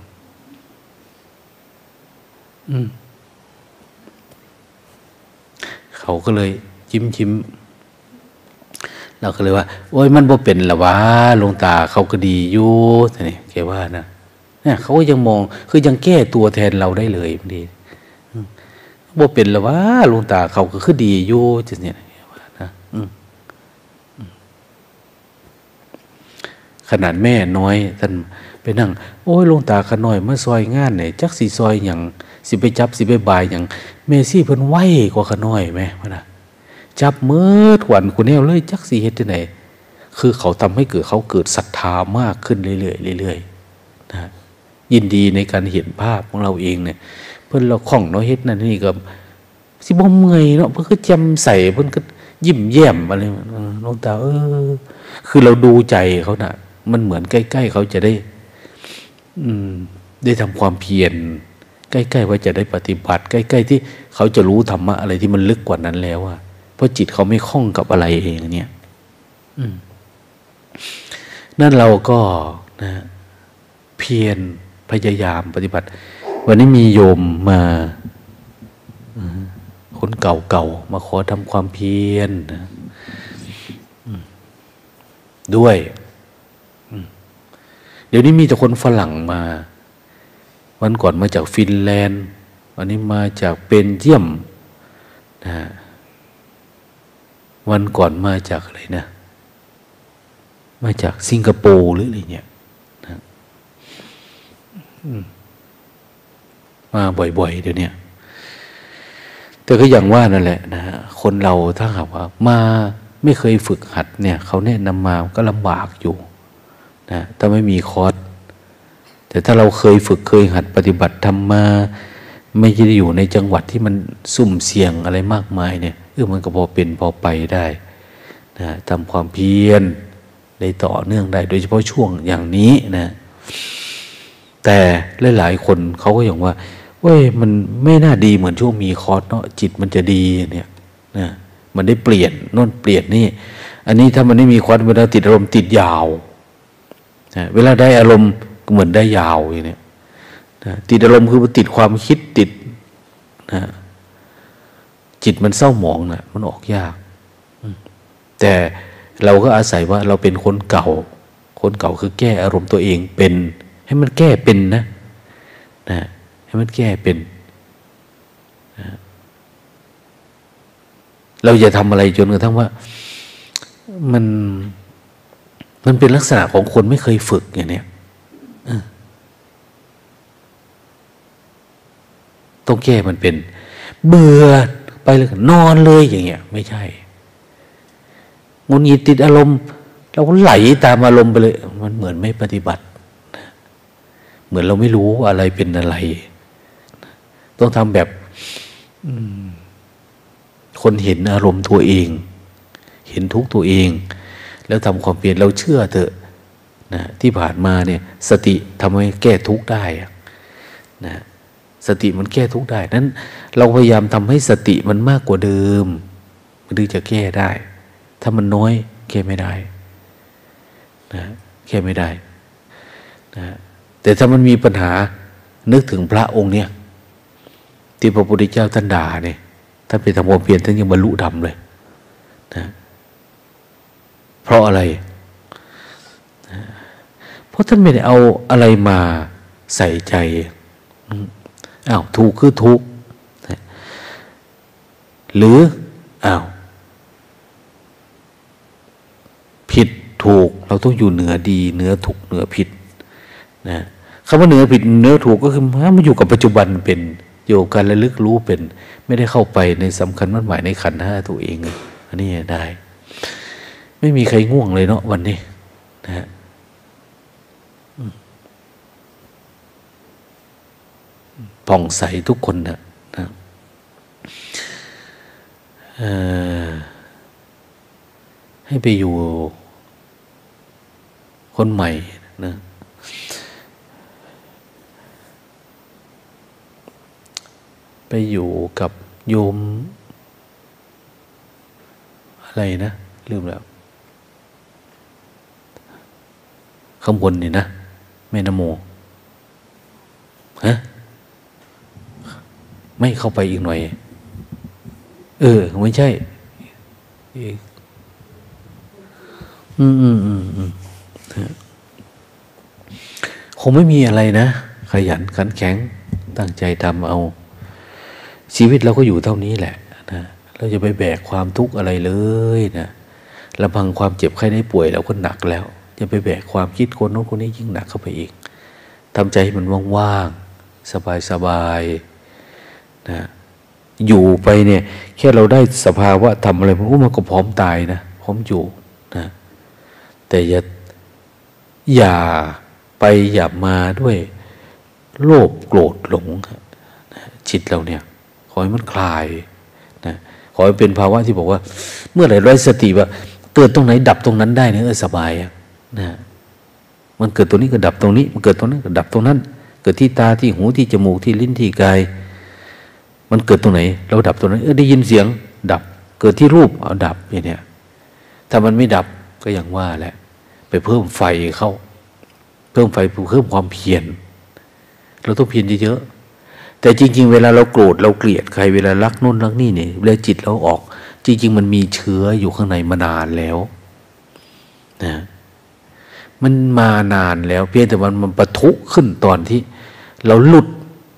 อืมเขาก็เลยยิ้มยิ้มเราก็เลยว่าโอ้ยมันบ่เป็นละวะหลวงตาเขาก็ดีอยู่แต่นี่แกว่านะเนี่ยเขาก็ยังมองคือยังแก้ตัวแทนเราได้เลยบางทีบ่เป็นละวะหลวงตาเขาก็คือดีอยู่จังเนี่ยนะขนาดแม่น้อยท่านไปนั่งโอ้ยหลวงตาขน้อยเมื่อซอยงานไหนจักสีซอยอย่างสิไปจับสิไปบายอย่างเมซี่เพิ่นไหวกว่าขน้อยไหมวะนะจับมือถวนกูแนวเลยจักสีเฮ็ดที่ไหนคือเขาทำให้เกิดเขาเกิดศรัทธามากขึ้นเรื่อยๆเรื่อยๆนะยินดีในการเห็นภาพของเราเองเนี่ยเพื่อนเราคล่องเนาะเฮ็ดนั่นนี่ก็สิบ่เมื่อยเนาะเพื่อนก็แจ่มใสเพื่อนก็ยิ้มแย้มอะไรน้องตาเออคือเราดูใจเขาน่ะมันเหมือนใกล้ๆเขาจะได้อืมได้ทำความเพียรใกล้ๆว่าจะได้ปฏิบัติใกล้ๆที่เขาจะรู้ธรรมะอะไรที่มันลึกกว่านั้นแล้วอะเพราะจิตเขาไม่คล้องกับอะไรเองเนี่ยอืมนั่นเราก็นะเพียรพยายามปฏิบัติวันนี้มีโยมมาคนเก่าๆมาขอทำความเพียรนะด้วยเดี๋ยวนี้มีแต่คนฝรั่งมาวันก่อนมาจากฟินแลนด์วันนี้มาจากเบลเยียมนะวันก่อนมาจากอะไรนะมาจากสิงคโปร์หรืออะไรเนี่ยนะมาบ่อยๆเดี๋ยวนี้แต่ก็อย่างว่านั่นแหละนะคนเราถ้าหากว่ามาไม่เคยฝึกหัดเนี่ยเขาแนะนำมาก็ลำบากอยู่นะถ้าไม่มีคอร์สแต่ถ้าเราเคยฝึกเคยหัดปฏิบัติทำมาไม่ได้อยู่ในจังหวัดที่มันซุ่มเสี่ยงอะไรมากมายเนี่ยเออมันก็พอเป็นพอไปได้นะทำความเพียรได้ต่อเนื่องได้โดยเฉพาะช่วงอย่างนี้นะแต่หลายๆคนเขาก็อย่างว่าเว้ยมันไม่น่าดีเหมือนช่วงมีคอร์สเนาะจิตมันจะดีเนี่ยนะมันได้เปลี่ยนโน่นเปลี่ยนนี่อันนี้ถ้ามันไม่มีคอร์สเวลาติดอารมณ์ติดยาวนะเวลาได้อารมณ์เหมือนได้ยาวอย่างเนี้ยนะติดอารมณ์คือติดความคิดติดนะจิตมันเศร้าหมองนะมันออกยากแต่เราก็อาศัยว่าเราเป็นคนเก่าคนเก่าคือแก้อารมณ์ตัวเองเป็นให้มันแก้เป็นนะนะให้มันแก้เป็นนะเราอย่าทำอะไรจนกระทั่งว่ามันมันเป็นลักษณะของคนไม่เคยฝึกอย่างเนี้ยต้องแก้มันเป็นเบื่อไปเลยนอนเลยอย่างเงี้ยไม่ใช่งุนงิดติดอารมณ์เราก็ไหลตามอารมณ์ไปเลยมันเหมือนไม่ปฏิบัติเหมือนเราไม่รู้อะไรเป็นอะไรต้องทำแบบคนเห็นอารมณ์ตัวเองเห็นทุกตัวเองแล้วทำความเปลี่ยนเราเชื่อเถอะนะที่ผ่านมาเนี่ยสติทำให้แก้ทุกข์ได้นะสติมันแก้ทุกข์ได้นั้นเราพยายามทำให้สติมันมากกว่าเดิมมันถึงจะแก้ได้ถ้ามันน้อยแก้ไม่ได้นะแก้ไม่ได้นะแต่ถ้ามันมีปัญหานึกถึงพระองค์เนี่ยที่พระพุทธเจ้าท่านด่าเนี่ยท่านไปทำความเพียรท่านยังบรรลุธรรมเลยนะเพราะอะไรนะเพราะท่านไม่ได้เอาอะไรมาใส่ใจอ้าวถูกคือถูกนะหรืออ้าวผิดถูกเราต้องอยู่เหนือดีเหนือถูกเหนือผิดนะคำว่าเหนือผิดเหนือถูกก็คือมันอยู่กับปัจจุบันเป็นอยู่กับการระลึกรู้เป็นไม่ได้เข้าไปในสำคัญมั่นหมายในขันธ์ห้าตัวเองอันนี้ได้ไม่มีใครง่วงเลยเนาะวันนี้นะฮะผ่องใสทุกคนนะนะให้ไปอยู่คนใหม่นะไปอยู่กับโยมอะไรนะลืมแล้วข้างบนนี่นะแม่นโมฮะไม่เข้าไปอีกหน่อยเออไม่ใช่อืมอืมอืมอืมคงไม่มีอะไรนะขยันขันแข็งตั้งใจทำเอาชีวิตเราก็อยู่เท่านี้แหละนะเราจะไปแบกความทุกข์อะไรเลยนะลำพังความเจ็บไข้ได้ป่วยเราก็หนักแล้วจะไปแบกความคิดคนโน้นคนนี้ยิ่งหนักเข้าไปอีกทำใจให้มันว่างๆสบายๆนะอยู่ไปเนี่ยแค่เราได้สภาวะทำอะไรมันก็มันก็พร้อมตายนะพร้อมอยู่นะแต่อย่าอย่าไปอย่ามาด้วยโลภโกรธหลงจิตเราเนี่ยขอให้มันคลายนะขอให้เป็นภาวะที่บอกว่าเมื่อไหร่ไร้สติว่าเกิดตรงไหนดับตรงนั้นได้เนี่ยเออสบายนะมันเกิดตรงนี้ก็ดับตรงนี้มันเกิดตรงนั้นก็ดับตรงนั้นเกิดที่ตาที่หูที่จมูกที่ลิ้นที่กายมันเกิดตรงไหนเราดับตรงนั้นเออได้ยินเสียงดับเกิดที่รูปเอาดับอย่างเนี้ยถ้ามันไม่ดับก็อย่างว่าแหละไปเพิ่มไฟเข้าเพิ่มไฟเพิ่มความเพียรเราต้องเพียรเยอะๆแต่จริงๆเวลาเราโกรธเราเกลียดใครเวลารักนู่นรักนี่เนี่ยเวลาจิตเราออกจริงๆมันมีเชื้ออยู่ข้างในมานานแล้วนะมันมานานแล้วเพียงแต่มันมันปะทุขึ้นตอนที่เราหลุด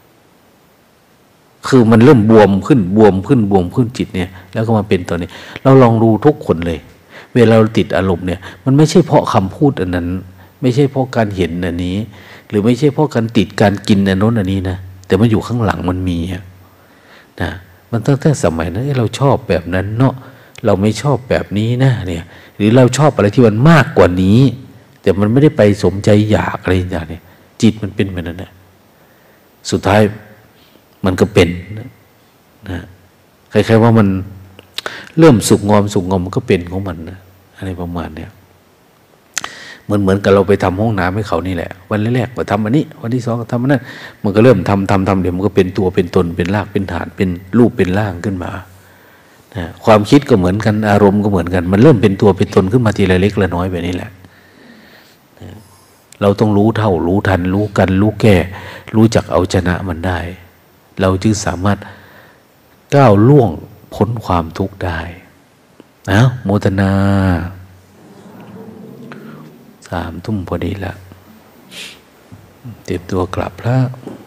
คือมันเริ่มบวมขึ้นบวมขึ้นบวมขึ้นจิตเนี่ยแล้วก็มาเป็นตอนนี้เราลองดูทุกคนเลยเวลาเราติดอารมณ์เนี่ยมันไม่ใช่เพราะคำพูดอันนั้นไม่ใช่เพราะการเห็นอันนี้หรือไม่ใช่เพราะการติดการกินอันโน้นอันนี้นะแต่มันอยู่ข้างหลังมันมีนะมันตั้งแต่สมัยนั้นเราชอบแบบนั้นเนาะเราไม่ชอบแบบนี้นะเนี่ยหรือเราชอบอะไรที่มันมากกว่านี้แต่มันไม่ได้ไปสมใจอยากอะไรอย่างนี้จิตมันเป็นแบบนั้นนะสุดท้ายมันก็เป็นนะคล้ายๆว่ามันเริ่มสุกงอมสุกงอมมันก็เป็นของมันนะอะไรประมาณเนี้ยเหมือนเหมือนกับเราไปทำห้องน้ำให้เขานี่แหละวันแรกๆก็ทำอันนี้วันที่สองก็ทำอันนั้นมันก็เริ่มทำทำทำเดี๋ยวมันก็เป็นตัวเป็นตนเป็นรากเป็นฐานเป็นรูปเป็นร่างขึ้นมานะความคิดก็เหมือนกันอารมณ์ก็เหมือนกันมันเริ่มเป็นตัวเป็นตนขึ้นมาทีละเล็กละน้อยแบบนี้แหละนะเราต้องรู้เท่ารู้ทันรู้กันรู้แก้รู้จักเอาชนะมันได้เราจึงสามารถก้าวล่วงพ้นความทุกข์ได้นะโมทนาสามทุ่มพอดีแล้วเตรียมตัวกลับแล้ว